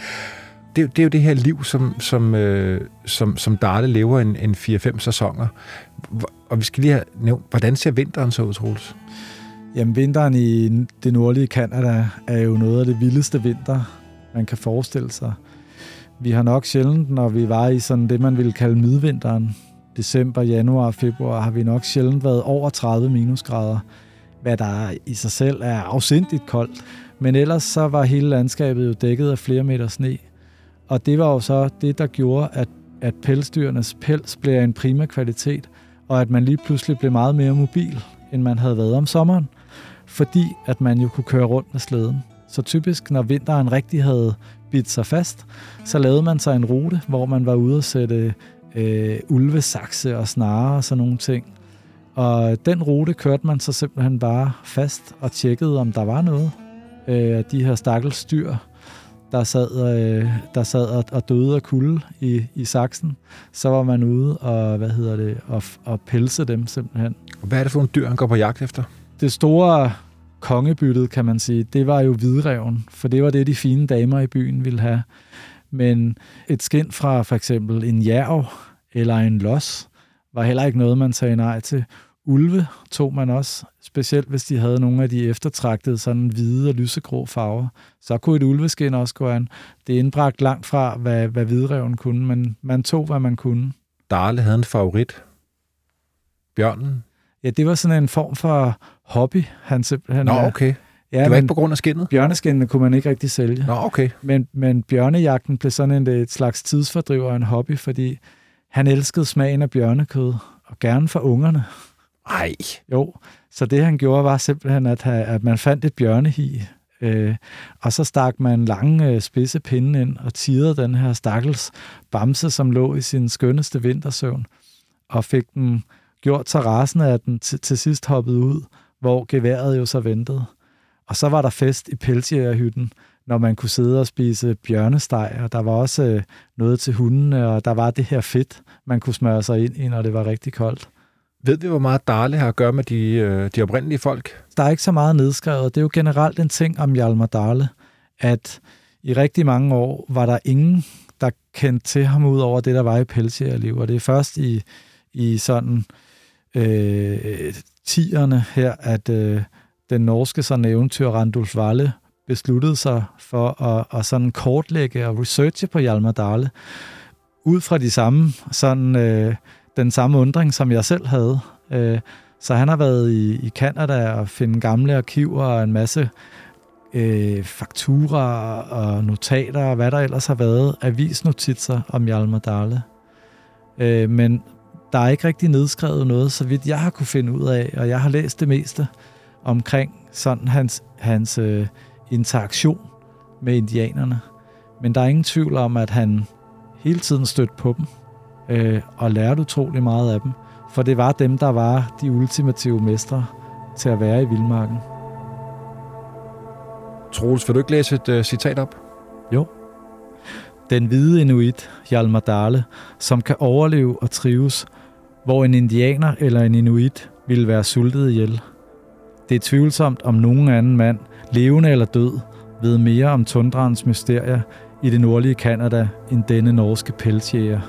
det, det er jo det her liv, som, som, øh, som, som Darle lever en, en fire fem sæsoner. Og vi skal lige have nævnt, hvordan ser vinteren så ud, Troels? Jamen, vinteren i det nordlige Canada er jo noget af det vildeste vinter, man kan forestille sig. Vi har nok sjældent, når vi var i sådan det, man ville kalde midvinteren, december, januar, februar, har vi nok sjældent været over tredive minusgrader, hvad der i sig selv er afsindigt koldt. Men ellers så var hele landskabet jo dækket af flere meter sne. Og det var jo så det, der gjorde, at, at pelsdyrenes pels blev af en prima kvalitet, og at man lige pludselig blev meget mere mobil, end man havde været om sommeren, fordi at man jo kunne køre rundt med slæden. Så typisk, når vinteren rigtig havde bidt sig fast, så lavede man sig en rute, hvor man var ude at sætte øh, ulvesakse og snare og sådan nogle ting. Og den rute kørte man så simpelthen bare fast og tjekkede, om der var noget. Øh, de her stakkels dyr, der sad, øh, der sad og, og døde af kulde i, i saksen, så var man ude og, hvad hedder det, og, og pelse dem simpelthen. Hvad er det for nogle dyr, han går på jagt efter? Det store kongebyttet, kan man sige, det var jo hvidræven, for det var det, de fine damer i byen ville have. Men et skind fra for eksempel en jærv eller en los var heller ikke noget, man sagde nej til. Ulve tog man også, specielt hvis de havde nogle af de eftertragtede sådan hvide og lysegrå farver. Så kunne et ulveskind også gå an. Det indbragte langt fra, hvad, hvad hvidræven kunne, men man tog, hvad man kunne. Darle havde en favorit. Bjørnen. Ja, det var sådan en form for hobby, han simpelthen. Nå, okay. Ja, det var ikke på grund af skindet? Bjørneskindene kunne man ikke rigtig sælge. Nå, okay. Men, men bjørnejagten blev sådan en, et slags tidsfordriv og en hobby, fordi han elskede smagen af bjørnekød, og gerne for ungerne. Ej. Jo, så det han gjorde var simpelthen, at, at man fandt et bjørnehi, øh, og så stak man lange øh, spidse pinde ind og tirrede den her stakkels bamse, som lå i sin skønneste vintersøvn, og fik den gjort så rasende, at den t- til sidst hoppede ud, hvor geværet jo så ventede. Og så var der fest i pelsjægerhytten, når man kunne sidde og spise bjørnesteg, og der var også øh, noget til hundene, og der var det her fedt, man kunne smøre sig ind i, når det var rigtig koldt. Ved vi, hvor meget Darle har at gøre med de, øh, de oprindelige folk? Der er ikke så meget nedskrevet. Det er jo generelt en ting om Hjalmar Darle, at i rigtig mange år var der ingen, der kendte til ham ud over det, der var i pelsjægerliv. Og det er først i, i sådan øh, tierne her, at øh, den norske sådan eventyr Randulf Valle besluttede sig for at, at sådan kortlægge og researche på Hjalmar Darle ud fra de samme sådan øh, den samme undring, som jeg selv havde. Øh, så han har været i, i Canada og finde gamle arkiver og en masse øh, fakturaer og notater og hvad der ellers har været, avisnotitser om Hjalmar Dale. Øh, men der er ikke rigtig nedskrevet noget, så vidt jeg har kunne finde ud af, og jeg har læst det meste omkring sådan hans, hans øh, interaktion med indianerne. Men der er ingen tvivl om, at han hele tiden stødte på dem øh, og lærte utrolig meget af dem, for det var dem, der var de ultimative mestre til at være i vildmarken. Troels, vil du ikke læse et uh, citat op? Jo. Den hvide inuit, Hjalmar Dale, som kan overleve og trives, hvor en indianer eller en inuit ville være sultet ihjel. Det er tvivlsomt, om nogen anden mand, levende eller død, ved mere om tundraens mysterier i det nordlige Canada end denne norske pelsjæger.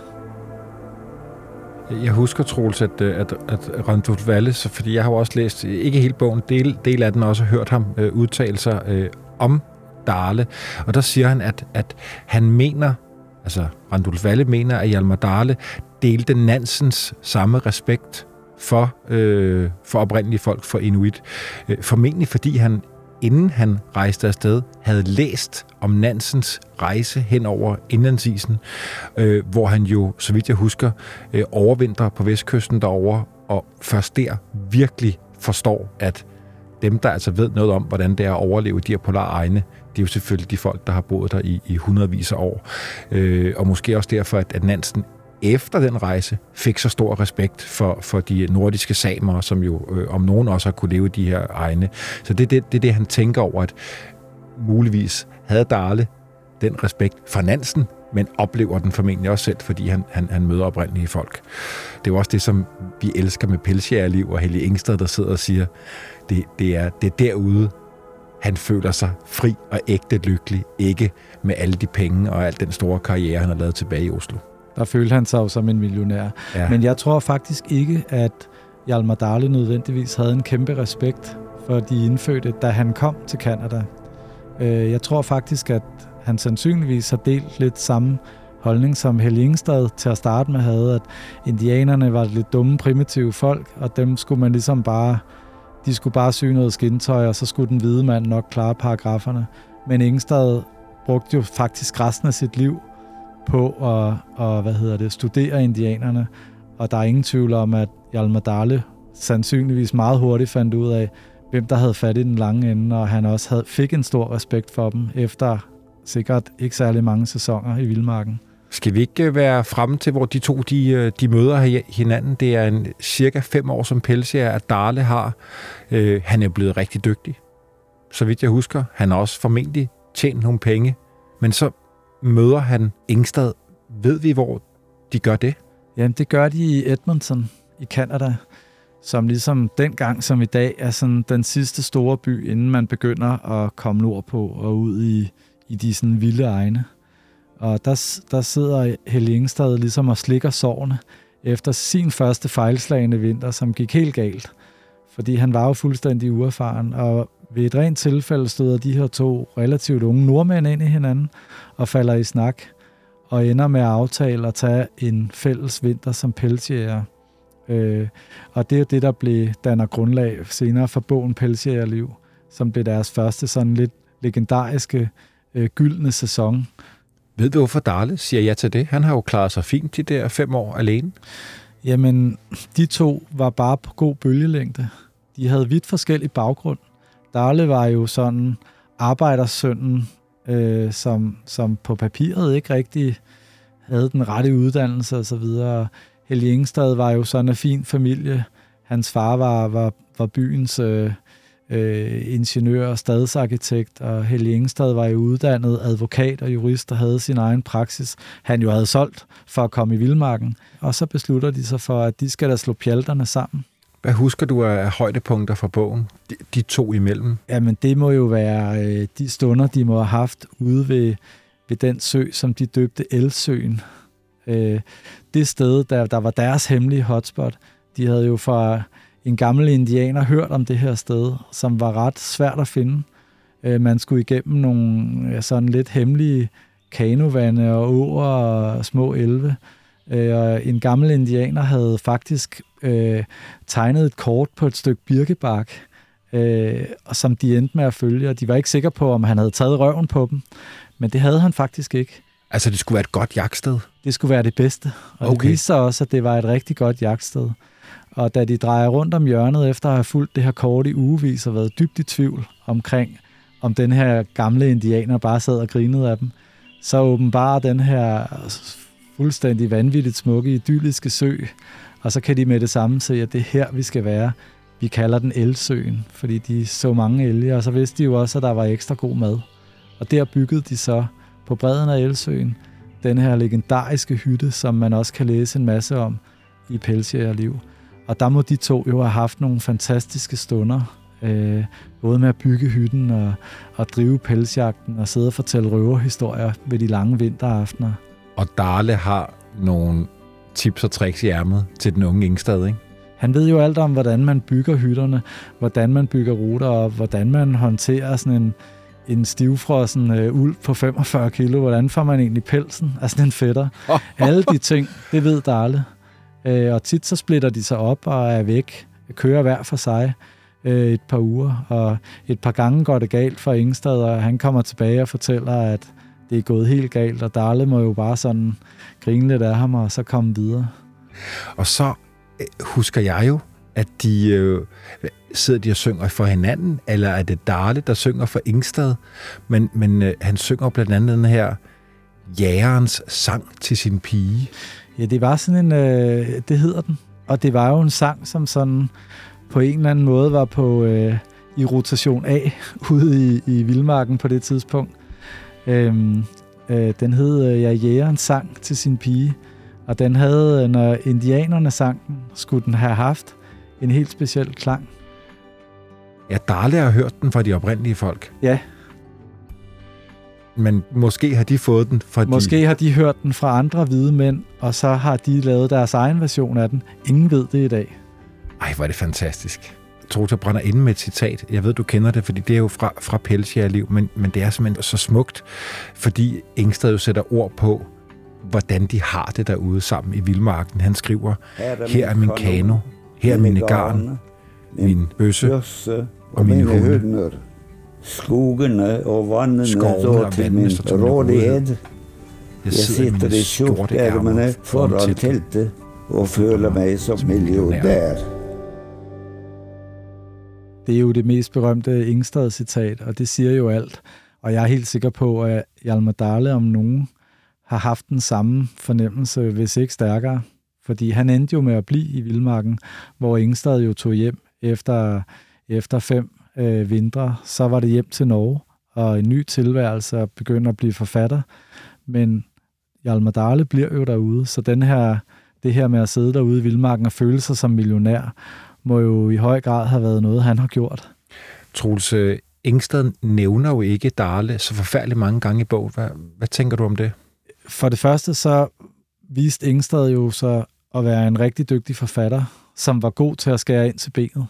Jeg husker, Troels, at, at, at Randulf Valle, fordi jeg har jo også læst, ikke helt bogen, del, del af den også hørt ham øh, udtale sig øh, om Dale, og der siger han, at, at han mener, altså Randulf Valle mener, at Hjalmar Dale delte Nansens samme respekt for, øh, for oprindelige folk, for inuit. Øh, formentlig fordi han, inden han rejste afsted, havde læst om Nansens rejse hen over indlandsisen, øh, hvor han jo, så vidt jeg husker, øh, overvintrer på vestkysten derovre, og først der virkelig forstår, at dem, der altså ved noget om, hvordan det er at overleve de her polare egne, det er jo selvfølgelig de folk, der har boet der i, i hundredvis af år. Øh, og måske også derfor, at, at Nansen efter den rejse fik så stor respekt for, for de nordiske samer, som jo øh, om nogen også har kunne leve i de her egne. Så det er det, det, det, han tænker over, at muligvis havde Dale den respekt for Nansen, men oplever den formentlig også selv, fordi han, han, han møder oprindelige folk. Det er jo også det, som vi elsker med pelsjægerliv, og Helge Ingstad, der sidder og siger, det, det, er, det er derude, han føler sig fri og ægte lykkelig, ikke med alle de penge og al den store karriere, han har lavet tilbage i Oslo. Der følte han sig jo som en millionær. Ja. Men jeg tror faktisk ikke, at Hjalmar Dale nødvendigvis havde en kæmpe respekt for de indfødte, da han kom til Canada. Jeg tror faktisk, at han sandsynligvis har delt lidt samme holdning, som Helge Ingstad til at starte med havde, at indianerne var lidt dumme, primitive folk, og dem skulle man ligesom bare, de skulle bare sy noget skintøj, og så skulle den hvide mand nok klare paragraferne. Men Ingstad brugte jo faktisk resten af sit liv på at og, hvad hedder det, studere indianerne, og der er ingen tvivl om, at Hjalmar Dale sandsynligvis meget hurtigt fandt ud af, hvem der havde fat i den lange ende, og han også havde, fik en stor respekt for dem, efter sikkert ikke særlig mange sæsoner i vildmarken. Skal vi ikke være fremme til, hvor de to de, de møder hinanden? Det er en cirka fem år som pelsjæger, at Dale har. Øh, han er blevet rigtig dygtig, så vidt jeg husker. Han har også formentlig tjent nogle penge, men så møder han Ingstad. Ved vi, hvor de gør det? Jamen, det gør de i Edmonton i Canada, som ligesom dengang som i dag er sådan den sidste store by, inden man begynder at komme nordpå og ud i, i de sådan vilde egne. Og der, der sidder Helge Ingstad ligesom og slikker sårene efter sin første fejlslagende vinter, som gik helt galt. Fordi han var jo fuldstændig uerfaren, og ved et rent tilfælde støder de her to relativt unge nordmænd ind i hinanden og falder i snak, og ender med at aftale at tage en fælles vinter som pelsjæger. Øh, og det er det, der blev danner grundlag senere for bogen Pelsjægerliv, som blev deres første sådan lidt legendariske øh, gyldne sæson. Ved du, hvorfor Dale siger ja til det? Han har jo klaret sig fint de der fem år alene. Jamen, de to var bare på god bølgelængde. De havde vidt forskellig baggrund. Dale var jo sådan arbejdersønnen, øh, som, som på papiret ikke rigtig havde den rette uddannelse og så videre. Helge Ingstad var jo sådan en fin familie. Hans far var, var, var byens øh, øh, ingeniør og stadsarkitekt, og Helge Ingstad var jo uddannet advokat og jurist og havde sin egen praksis. Han jo havde solgt for at komme i vildmarken. Og så beslutter de sig for, at de skal da slå pjalterne sammen. Hvad husker du af højdepunkter fra bogen, de, de to imellem? Jamen, det må jo være øh, de stunder, de må have haft ude ved, ved den sø, som de døbte Elsøen. Øh, det sted, der, der var deres hemmelige hotspot. De havde jo fra en gammel indianer hørt om det her sted, som var ret svært at finde. Øh, man skulle igennem nogle ja, sådan lidt hemmelige kanovande og åer og små elve. Øh, en gammel indianer havde faktisk øh, tegnet et kort på et stykke birkebark, øh, og som de endte med at følge, og de var ikke sikre på, om han havde taget røven på dem, men det havde han faktisk ikke. Altså, det skulle være et godt jagtsted? Det skulle være det bedste, og okay. Det viste sig også, at det var et rigtig godt jagtsted. Og da de drejer rundt om hjørnet, efter at have fulgt det her kort i ugevis og været dybt i tvivl omkring, om den her gamle indianer bare sad og grinede af dem, så åbenbarer den her fuldstændig vanvittigt smukke, idylliske sø, og så kan de med det samme se, at det er her, vi skal være. Vi kalder den Elsøen, fordi de så mange elge, og så vidste de jo også, at der var ekstra god mad. Og der byggede de så på bredden af Elsøen den her legendariske hytte, som man også kan læse en masse om i Pelsjægerliv. Og der må de to jo have haft nogle fantastiske stunder, øh, både med at bygge hytten og, og drive pelsjagten og sidde og fortælle røverhistorier ved de lange vinteraftener. Og Darle har nogle tips og tricks i ærmet til den unge Ingstad, ikke? Han ved jo alt om, hvordan man bygger hytterne, hvordan man bygger ruter, og hvordan man håndterer sådan en, en stivfrossen øh, ulv på femogfyrre kilo. Hvordan får man egentlig pelsen af sådan en fætter? Alle de ting, det ved Darle. Øh, og tit så splitter de sig op og er væk, kører hver for sig øh, et par uger. Og et par gange går det galt for Ingstad, og han kommer tilbage og fortæller, at det er gået helt galt, og Darle må jo bare sådan grine lidt af ham, og så komme videre. Og så husker jeg jo, at de øh, sidder de og synger for hinanden, eller er det Darle, der synger for Ingstad? Men, men øh, han synger blandt andet den her jægerens sang til sin pige. Ja, det var sådan en, øh, det hedder den, og det var jo en sang, som sådan på en eller anden måde var på øh, i rotation A ude i, i vildmarken på det tidspunkt. Øhm, øh, den hed øh, ja, jægerens sang til sin pige. Og den havde, når indianerne sang den, skulle den have haft en helt speciel klang. Ja, Darle har hørt den fra de oprindelige folk. Ja. Men måske har de fået den fra Måske de... har de hørt den fra andre hvide mænd, og så har de lavet deres egen version af den. Ingen ved det i dag. Ej, hvor er det fantastisk. Troels, jeg brænder inde med et citat. Jeg ved, du kender det, fordi det er jo fra, fra Pelsjægerliv, men, men det er simpelthen så smukt, fordi Ingstad jo sætter ord på, hvordan de har det derude sammen i vildmarken. Han skriver, her er min kano, her er mine garn, min bøsse og mine hunde. Skogene og vandene står til min rådighed. Jeg sitter i skjorteærmene foran teltet og føler mig som millionær. Det er jo det mest berømte Ingstad-citat, og det siger jo alt. Og jeg er helt sikker på, at Hjalmar Darle om nogen har haft den samme fornemmelse, hvis ikke stærkere. Fordi han endte jo med at blive i vildmarken, hvor Ingstad jo tog hjem efter, efter fem øh, vintre. Så var det hjem til Norge og en ny tilværelse og begyndte at blive forfatter. Men Hjalmar Darle bliver jo derude, så den her, det her med at sidde derude i vildmarken og føle sig som millionær, må jo i høj grad have været noget, han har gjort. Troels, Ingstad nævner jo ikke Darle så forfærdeligt mange gange i bogen. Hvad, hvad tænker du om det? For det første så viste Ingstad jo så at være en rigtig dygtig forfatter, som var god til at skære ind til benet.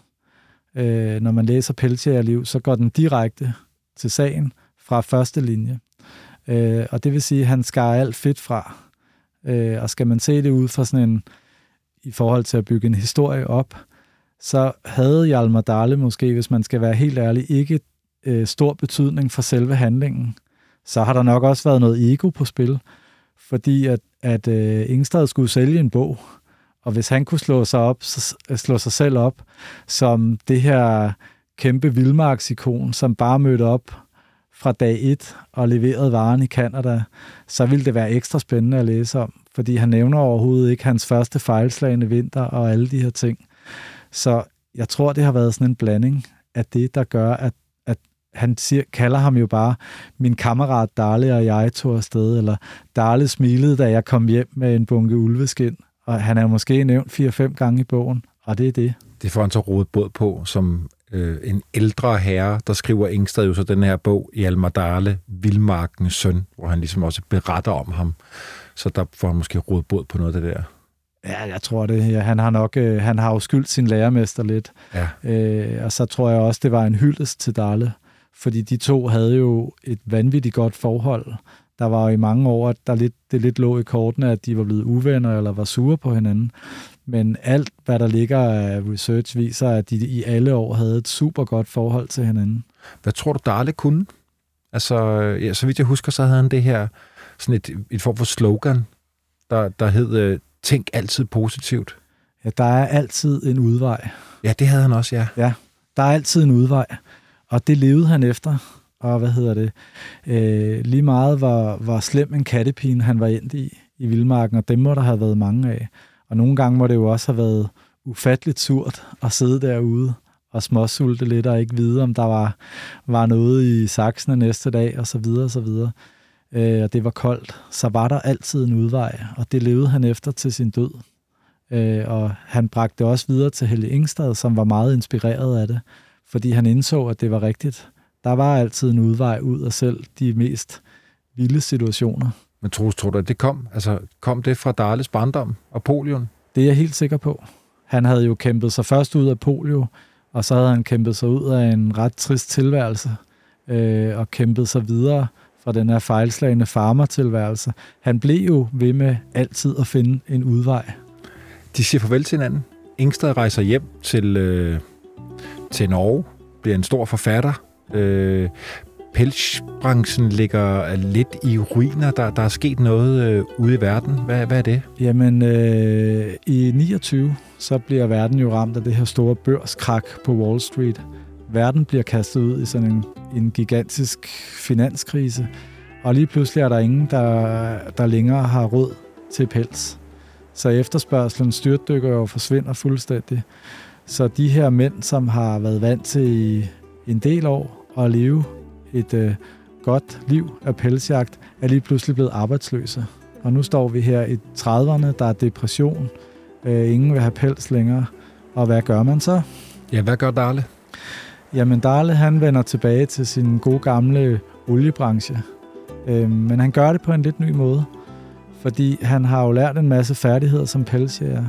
Øh, når man læser Pelsjægerliv, så går den direkte til sagen fra første linje. Øh, og det vil sige, at han skar alt fedt fra. Øh, og skal man se det ud fra sådan en, i forhold til at bygge en historie op, så havde Hjalmar Darle måske, hvis man skal være helt ærlig, ikke øh, stor betydning for selve handlingen. Så har der nok også været noget ego på spil, fordi at, at øh, Ingstad skulle sælge en bog, og hvis han kunne slå sig, op, så, slå sig selv op som det her kæmpe vildmarksikon, som bare mødte op fra dag et og leverede varen i Canada, så ville det være ekstra spændende at læse om, fordi han nævner overhovedet ikke hans første fejlslagende vinter og alle de her ting. Så jeg tror, det har været sådan en blanding af det, der gør, at, at han siger, kalder ham jo bare min kammerat Darle og jeg tog afsted, eller Darle smilede, da jeg kom hjem med en bunke ulveskind, og han er måske nævnt fire-fem gange i bogen, og det er det. Det får han så rodet båd på, som øh, en ældre herre, der skriver Ingstad jo så den her bog, Hjalmar Darle, Vildmarkens søn, hvor han ligesom også beretter om ham. Så der får han måske rodet båd på noget af det der. Ja, jeg tror det. Ja, han har nok øh, han har jo skyldt sin lærermester lidt. Ja. Øh, og så tror jeg også, det var en hyldest til Darle, fordi de to havde jo et vanvittigt godt forhold. Der var jo i mange år, at der lidt, det lidt lå i kortene, at de var blevet uvenner eller var sure på hinanden. Men alt, hvad der ligger af research, viser, at de i alle år havde et super godt forhold til hinanden. Hvad tror du, Dahle kunne? Altså, ja, så vidt jeg husker, så havde han det her, sådan et, et form for slogan, der, der hed, tænk altid positivt. Ja, der er altid en udvej. Ja, det havde han også, ja. Ja, der er altid en udvej, og det levede han efter. Og hvad hedder det? Øh, lige meget var, var slem en kattepine, han var endt i, i vildmarken, og dem må der have været mange af. Og nogle gange må det jo også have været ufatteligt surt at sidde derude og småsulte lidt og ikke vide, om der var, var noget i saksene næste dag, og så videre, og så videre. Øh, og det var koldt. Så var der altid en udvej, og det levede han efter til sin død. Øh, og han bragte det også videre til Helge Ingstad, som var meget inspireret af det, fordi han indså, at det var rigtigt. Der var altid en udvej ud af selv de mest vilde situationer. Men Troels, tror du, at det kom? Altså, kom det fra Dahles barndom og polioen? Det er jeg helt sikker på. Han havde jo kæmpet sig først ud af polio, og så havde han kæmpet sig ud af en ret trist tilværelse, øh, og kæmpet sig videre fra den her fejlslagende farmertilværelse. Han blev jo ved med altid at finde en udvej. De siger farvel til hinanden. Ingstad rejser hjem til, øh, til Norge, bliver en stor forfatter. Øh, pelsbranchen ligger lidt i ruiner. Der, der er sket noget øh, ude i verden. Hvad, hvad er det? Jamen, øh, i niogtyve, så bliver verden jo ramt af det her store børskrak på Wall Street. Verden bliver kastet ud i sådan en, en gigantisk finanskrise, og lige pludselig er der ingen, der, der længere har råd til pels. Så efterspørgselen styrtdykker og forsvinder fuldstændig. Så de her mænd, som har været vant til i en del år at leve et øh, godt liv af pelsjagt, er lige pludselig blevet arbejdsløse. Og nu står vi her i trediverne, der er depression, øh, ingen vil have pels længere. Og hvad gør man så? Ja, hvad gør Dahle? Jamen, Dahle, han vender tilbage til sin gode gamle oliebranche. Øh, men han gør det på en lidt ny måde, fordi han har jo lært en masse færdigheder som pelsjæger,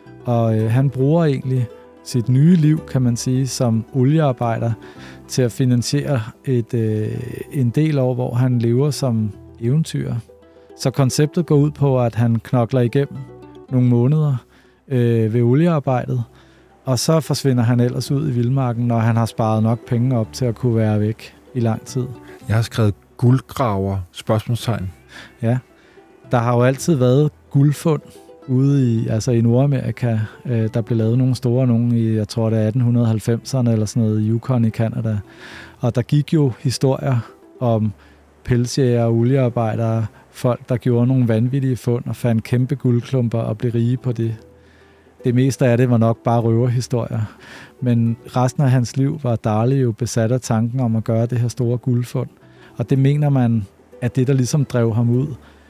og øh, han bruger egentlig sit nye liv, kan man sige, som oliearbejder til at finansiere et, øh, en del år, hvor han lever som eventyr. Så konceptet går ud på, at han knokler igennem nogle måneder øh, ved oliearbejdet, og så forsvinder han ellers ud i vildmarken, når han har sparet nok penge op til at kunne være væk i lang tid. Jeg har skrevet guldgraver, spørgsmålstegn. Ja, der har jo altid været guldfund ude i, altså i Nordamerika. Øh, der blev lavet nogle store, nogle i, jeg tror det er atten halvfemserne eller sådan noget, i Yukon i Canada. Og der gik jo historier om pelsjæger og oliearbejdere, folk, der gjorde nogle vanvittige fund og fandt kæmpe guldklumper og blev rige på det. Det meste af det var nok bare røverhistorier. Men resten af hans liv var Dahle jo besat af tanken om at gøre det her store guldfund. Og det mener man, at det, der ligesom drev ham ud,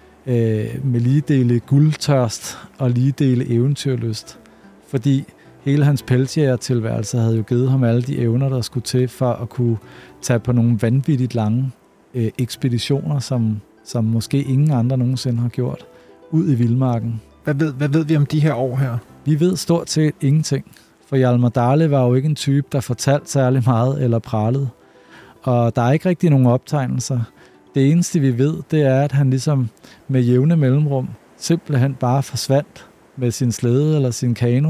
øh, med lige dele guldtørst og lige dele eventyrlyst. Fordi hele hans pelsjægertilværelse havde jo givet ham alle de evner, der skulle til for at kunne tage på nogle vanvittigt lange øh, ekspeditioner, som, som måske ingen andre nogensinde har gjort, ud i vildmarken. Hvad ved, hvad ved vi om de her år her? Vi ved stort set ingenting. For Hjalmar Dahle var jo ikke en type, der fortalte særlig meget eller pralede. Og der er ikke rigtig nogen optegnelser. Det eneste, vi ved, det er, at han ligesom med jævne mellemrum simpelthen bare forsvandt med sin slæde eller sin kano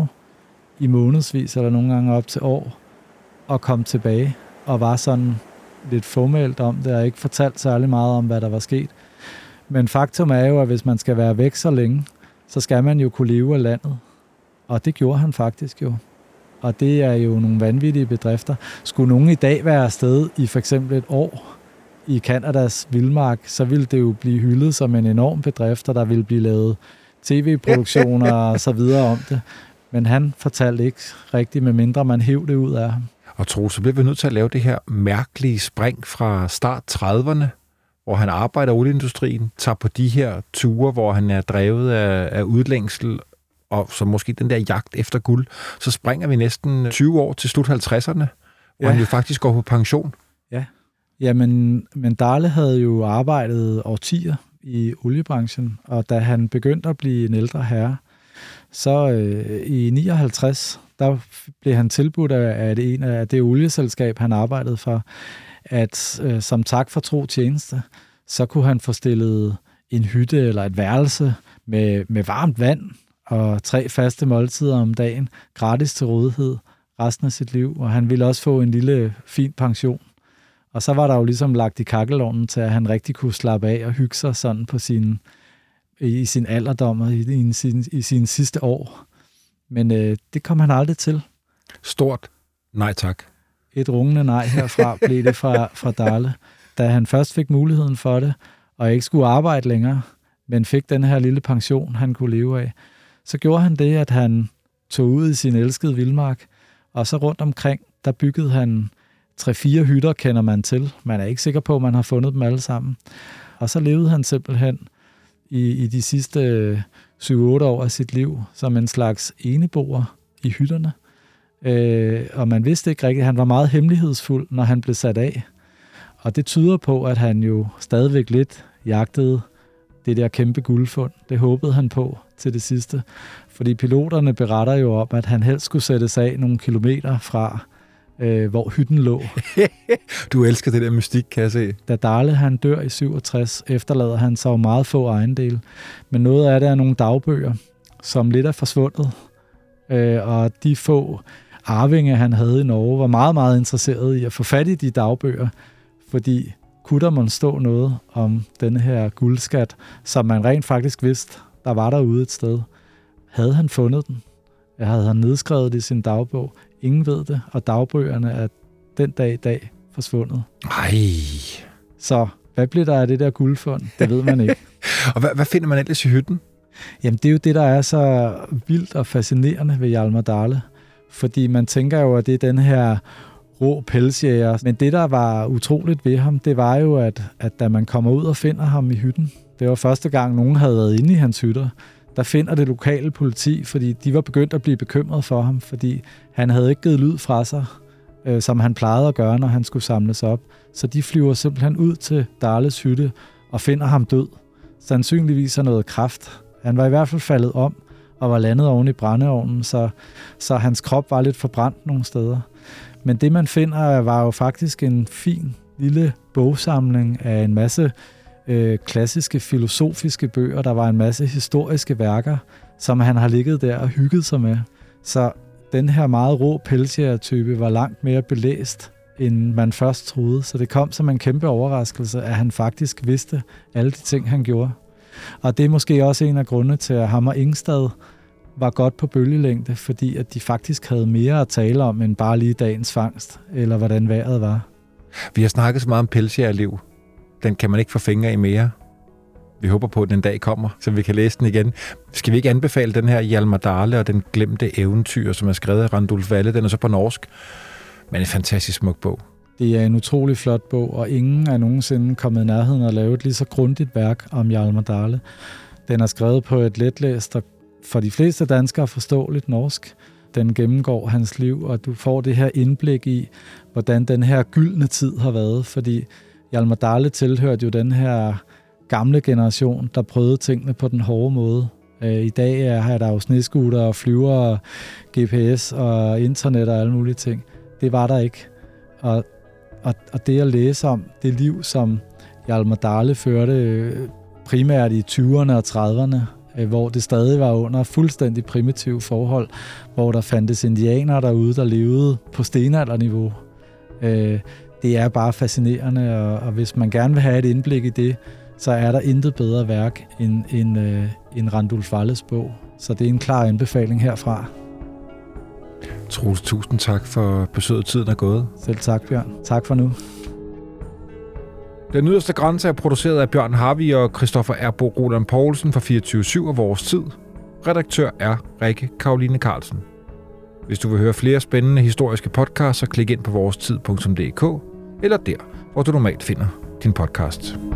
i månedsvis, eller nogle gange op til år, og kom tilbage og var sådan lidt formelt om det, og ikke fortalt særlig meget om, hvad der var sket. Men faktum er jo, at hvis man skal være væk så længe, så skal man jo kunne leve af landet. Og det gjorde han faktisk jo. Og det er jo nogle vanvittige bedrifter. Skulle nogen i dag være afsted i for eksempel et år i Kanadas vildmark, så ville det jo blive hyldet som en enorm bedrift, og der ville blive lavet tv-produktioner og så videre om det. Men han fortalte ikke rigtigt, med mindre man hæv det ud af ham. Og Troels, så bliver vi nødt til at lave det her mærkelige spring fra start trediverne, hvor han arbejder i olieindustrien, tager på de her ture, hvor han er drevet af, af udlængsel, og så måske den der jagt efter guld. Så springer vi næsten tyve år til slut halvtredserne, hvor ja. han jo faktisk går på pension. Ja, ja men, men Dahle havde jo arbejdet årtier i oliebranchen, og da han begyndte at blive en ældre herre, så øh, i nioghalvtreds, der blev han tilbudt af, af det en af det olieselskab, han arbejdede for, at øh, som tak for tro tjeneste, så kunne han få stillet en hytte eller et værelse med, med varmt vand og tre faste måltider om dagen, gratis til rådighed resten af sit liv, og han ville også få en lille fin pension. Og så var der jo ligesom lagt i kakkelovnen til, at han rigtig kunne slappe af og hygge sig sådan på sin, i sin alderdom og i, i, sin, i sine sidste år. Men øh, det kom han aldrig til. Stort nej tak. Et rungende nej herfra blev det fra, fra Dahle. Da han først fik muligheden for det, og ikke skulle arbejde længere, men fik den her lille pension, han kunne leve af, så gjorde han det, at han tog ud i sin elskede vildmark, og så rundt omkring, der byggede han tre-fire hytter, kender man til. Man er ikke sikker på, at man har fundet dem alle sammen. Og så levede han simpelthen i, i de sidste syv otte år af sit liv som en slags eneboer i hytterne. Øh, og man vidste ikke rigtigt, han var meget hemmelighedsfuld, når han blev sat af. Og det tyder på, at han jo stadigvæk lidt jagtede det der kæmpe guldfund. Det håbede han på til det sidste. Fordi piloterne beretter jo om, at han helst skulle sættes af nogle kilometer fra, øh, hvor hytten lå. Du elsker det der mystik, kan jeg se. Da Dahle han dør i syvogtres, efterlader han sig jo meget få ejendele. Men noget af det er nogle dagbøger, som lidt er forsvundet. Øh, og de få arvinge, han havde i Norge, var meget, meget interesseret i at få fat i de dagbøger, fordi kunne der måtte stå noget om denne her guldskat, som man rent faktisk vidste, der var derude et sted. Havde han fundet den? Havde han nedskrevet det i sin dagbog? Ingen ved det, og dagbøgerne er den dag i dag forsvundet. Ej. Så hvad bliver der af det der guldfund? Det ved man ikke. Og hvad, hvad finder man ellers i hytten? Jamen, det er jo det, der er så vildt og fascinerende ved Hjalmar Dahle. Fordi man tænker jo, at det er den her rå pelsjæger. Men det, der var utroligt ved ham, det var jo, at, at da man kommer ud og finder ham i hytten, det var første gang, nogen havde været inde i hans hytter, der finder det lokale politi, fordi de var begyndt at blive bekymret for ham, fordi han havde ikke givet lyd fra sig, øh, som han plejede at gøre, når han skulle samles op. Så de flyver simpelthen ud til Dahles hytte og finder ham død. Sandsynligvis af noget kræft. Han var i hvert fald faldet om og var landet oven i brændeovnen, så, så hans krop var lidt forbrændt nogle steder. Men det, man finder, var jo faktisk en fin lille bogsamling af en masse øh, klassiske filosofiske bøger. Der var en masse historiske værker, som han har ligget der og hygget sig med. Så den her meget rå pelsjæger-type var langt mere belæst, end man først troede. Så det kom som en kæmpe overraskelse, at han faktisk vidste alle de ting, han gjorde. Og det er måske også en af grundene til, at ham og Ingstad var godt på bølgelængde, fordi at de faktisk havde mere at tale om, end bare lige dagens fangst, eller hvordan vejret var. Vi har snakket så meget om pelsjægerliv. Den kan man ikke få fingre i mere. Vi håber på, at den dag kommer, så vi kan læse den igen. Skal vi ikke anbefale den her Hjalmar Dahle og den glemte eventyr, som er skrevet af Randulf Valle? Den er så på norsk, men en fantastisk smuk bog. Det er en utrolig flot bog, og ingen er nogensinde kommet i nærheden at lave et lige så grundigt værk om Hjalmar Dahle. Den er skrevet på et letlæst og for de fleste danskere forståeligt norsk. Den gennemgår hans liv, og du får det her indblik i, hvordan den her gyldne tid har været, fordi Hjalmar Dahle tilhørte jo den her gamle generation, der prøvede tingene på den hårde måde. I dag er der jo snescooter og flyver og G P S og internet og alle mulige ting. Det var der ikke. Og, og, og det at læse om det liv, som Hjalmar Dahle førte primært i tyverne og trediverne, hvor det stadig var under fuldstændig primitive forhold, hvor der fandtes indianere derude, der levede på stenalderniveau. Det er bare fascinerende, og hvis man gerne vil have et indblik i det, så er der intet bedre værk end, end, end Randulf Valles bog. Så det er en klar anbefaling herfra. Troels, tusind tak for besøget. Tiden er gået. Selv tak, Bjørn. Tak for nu. Den yderste grænse er produceret af Bjørn Harvig og Christoffer Erbo Roland Poulsen for fireogtyve syv af Vores Tid. Redaktør er Rikke Karoline Carlsen. Hvis du vil høre flere spændende historiske podcasts, så klik ind på vores tid punktum d k eller der, hvor du normalt finder din podcast.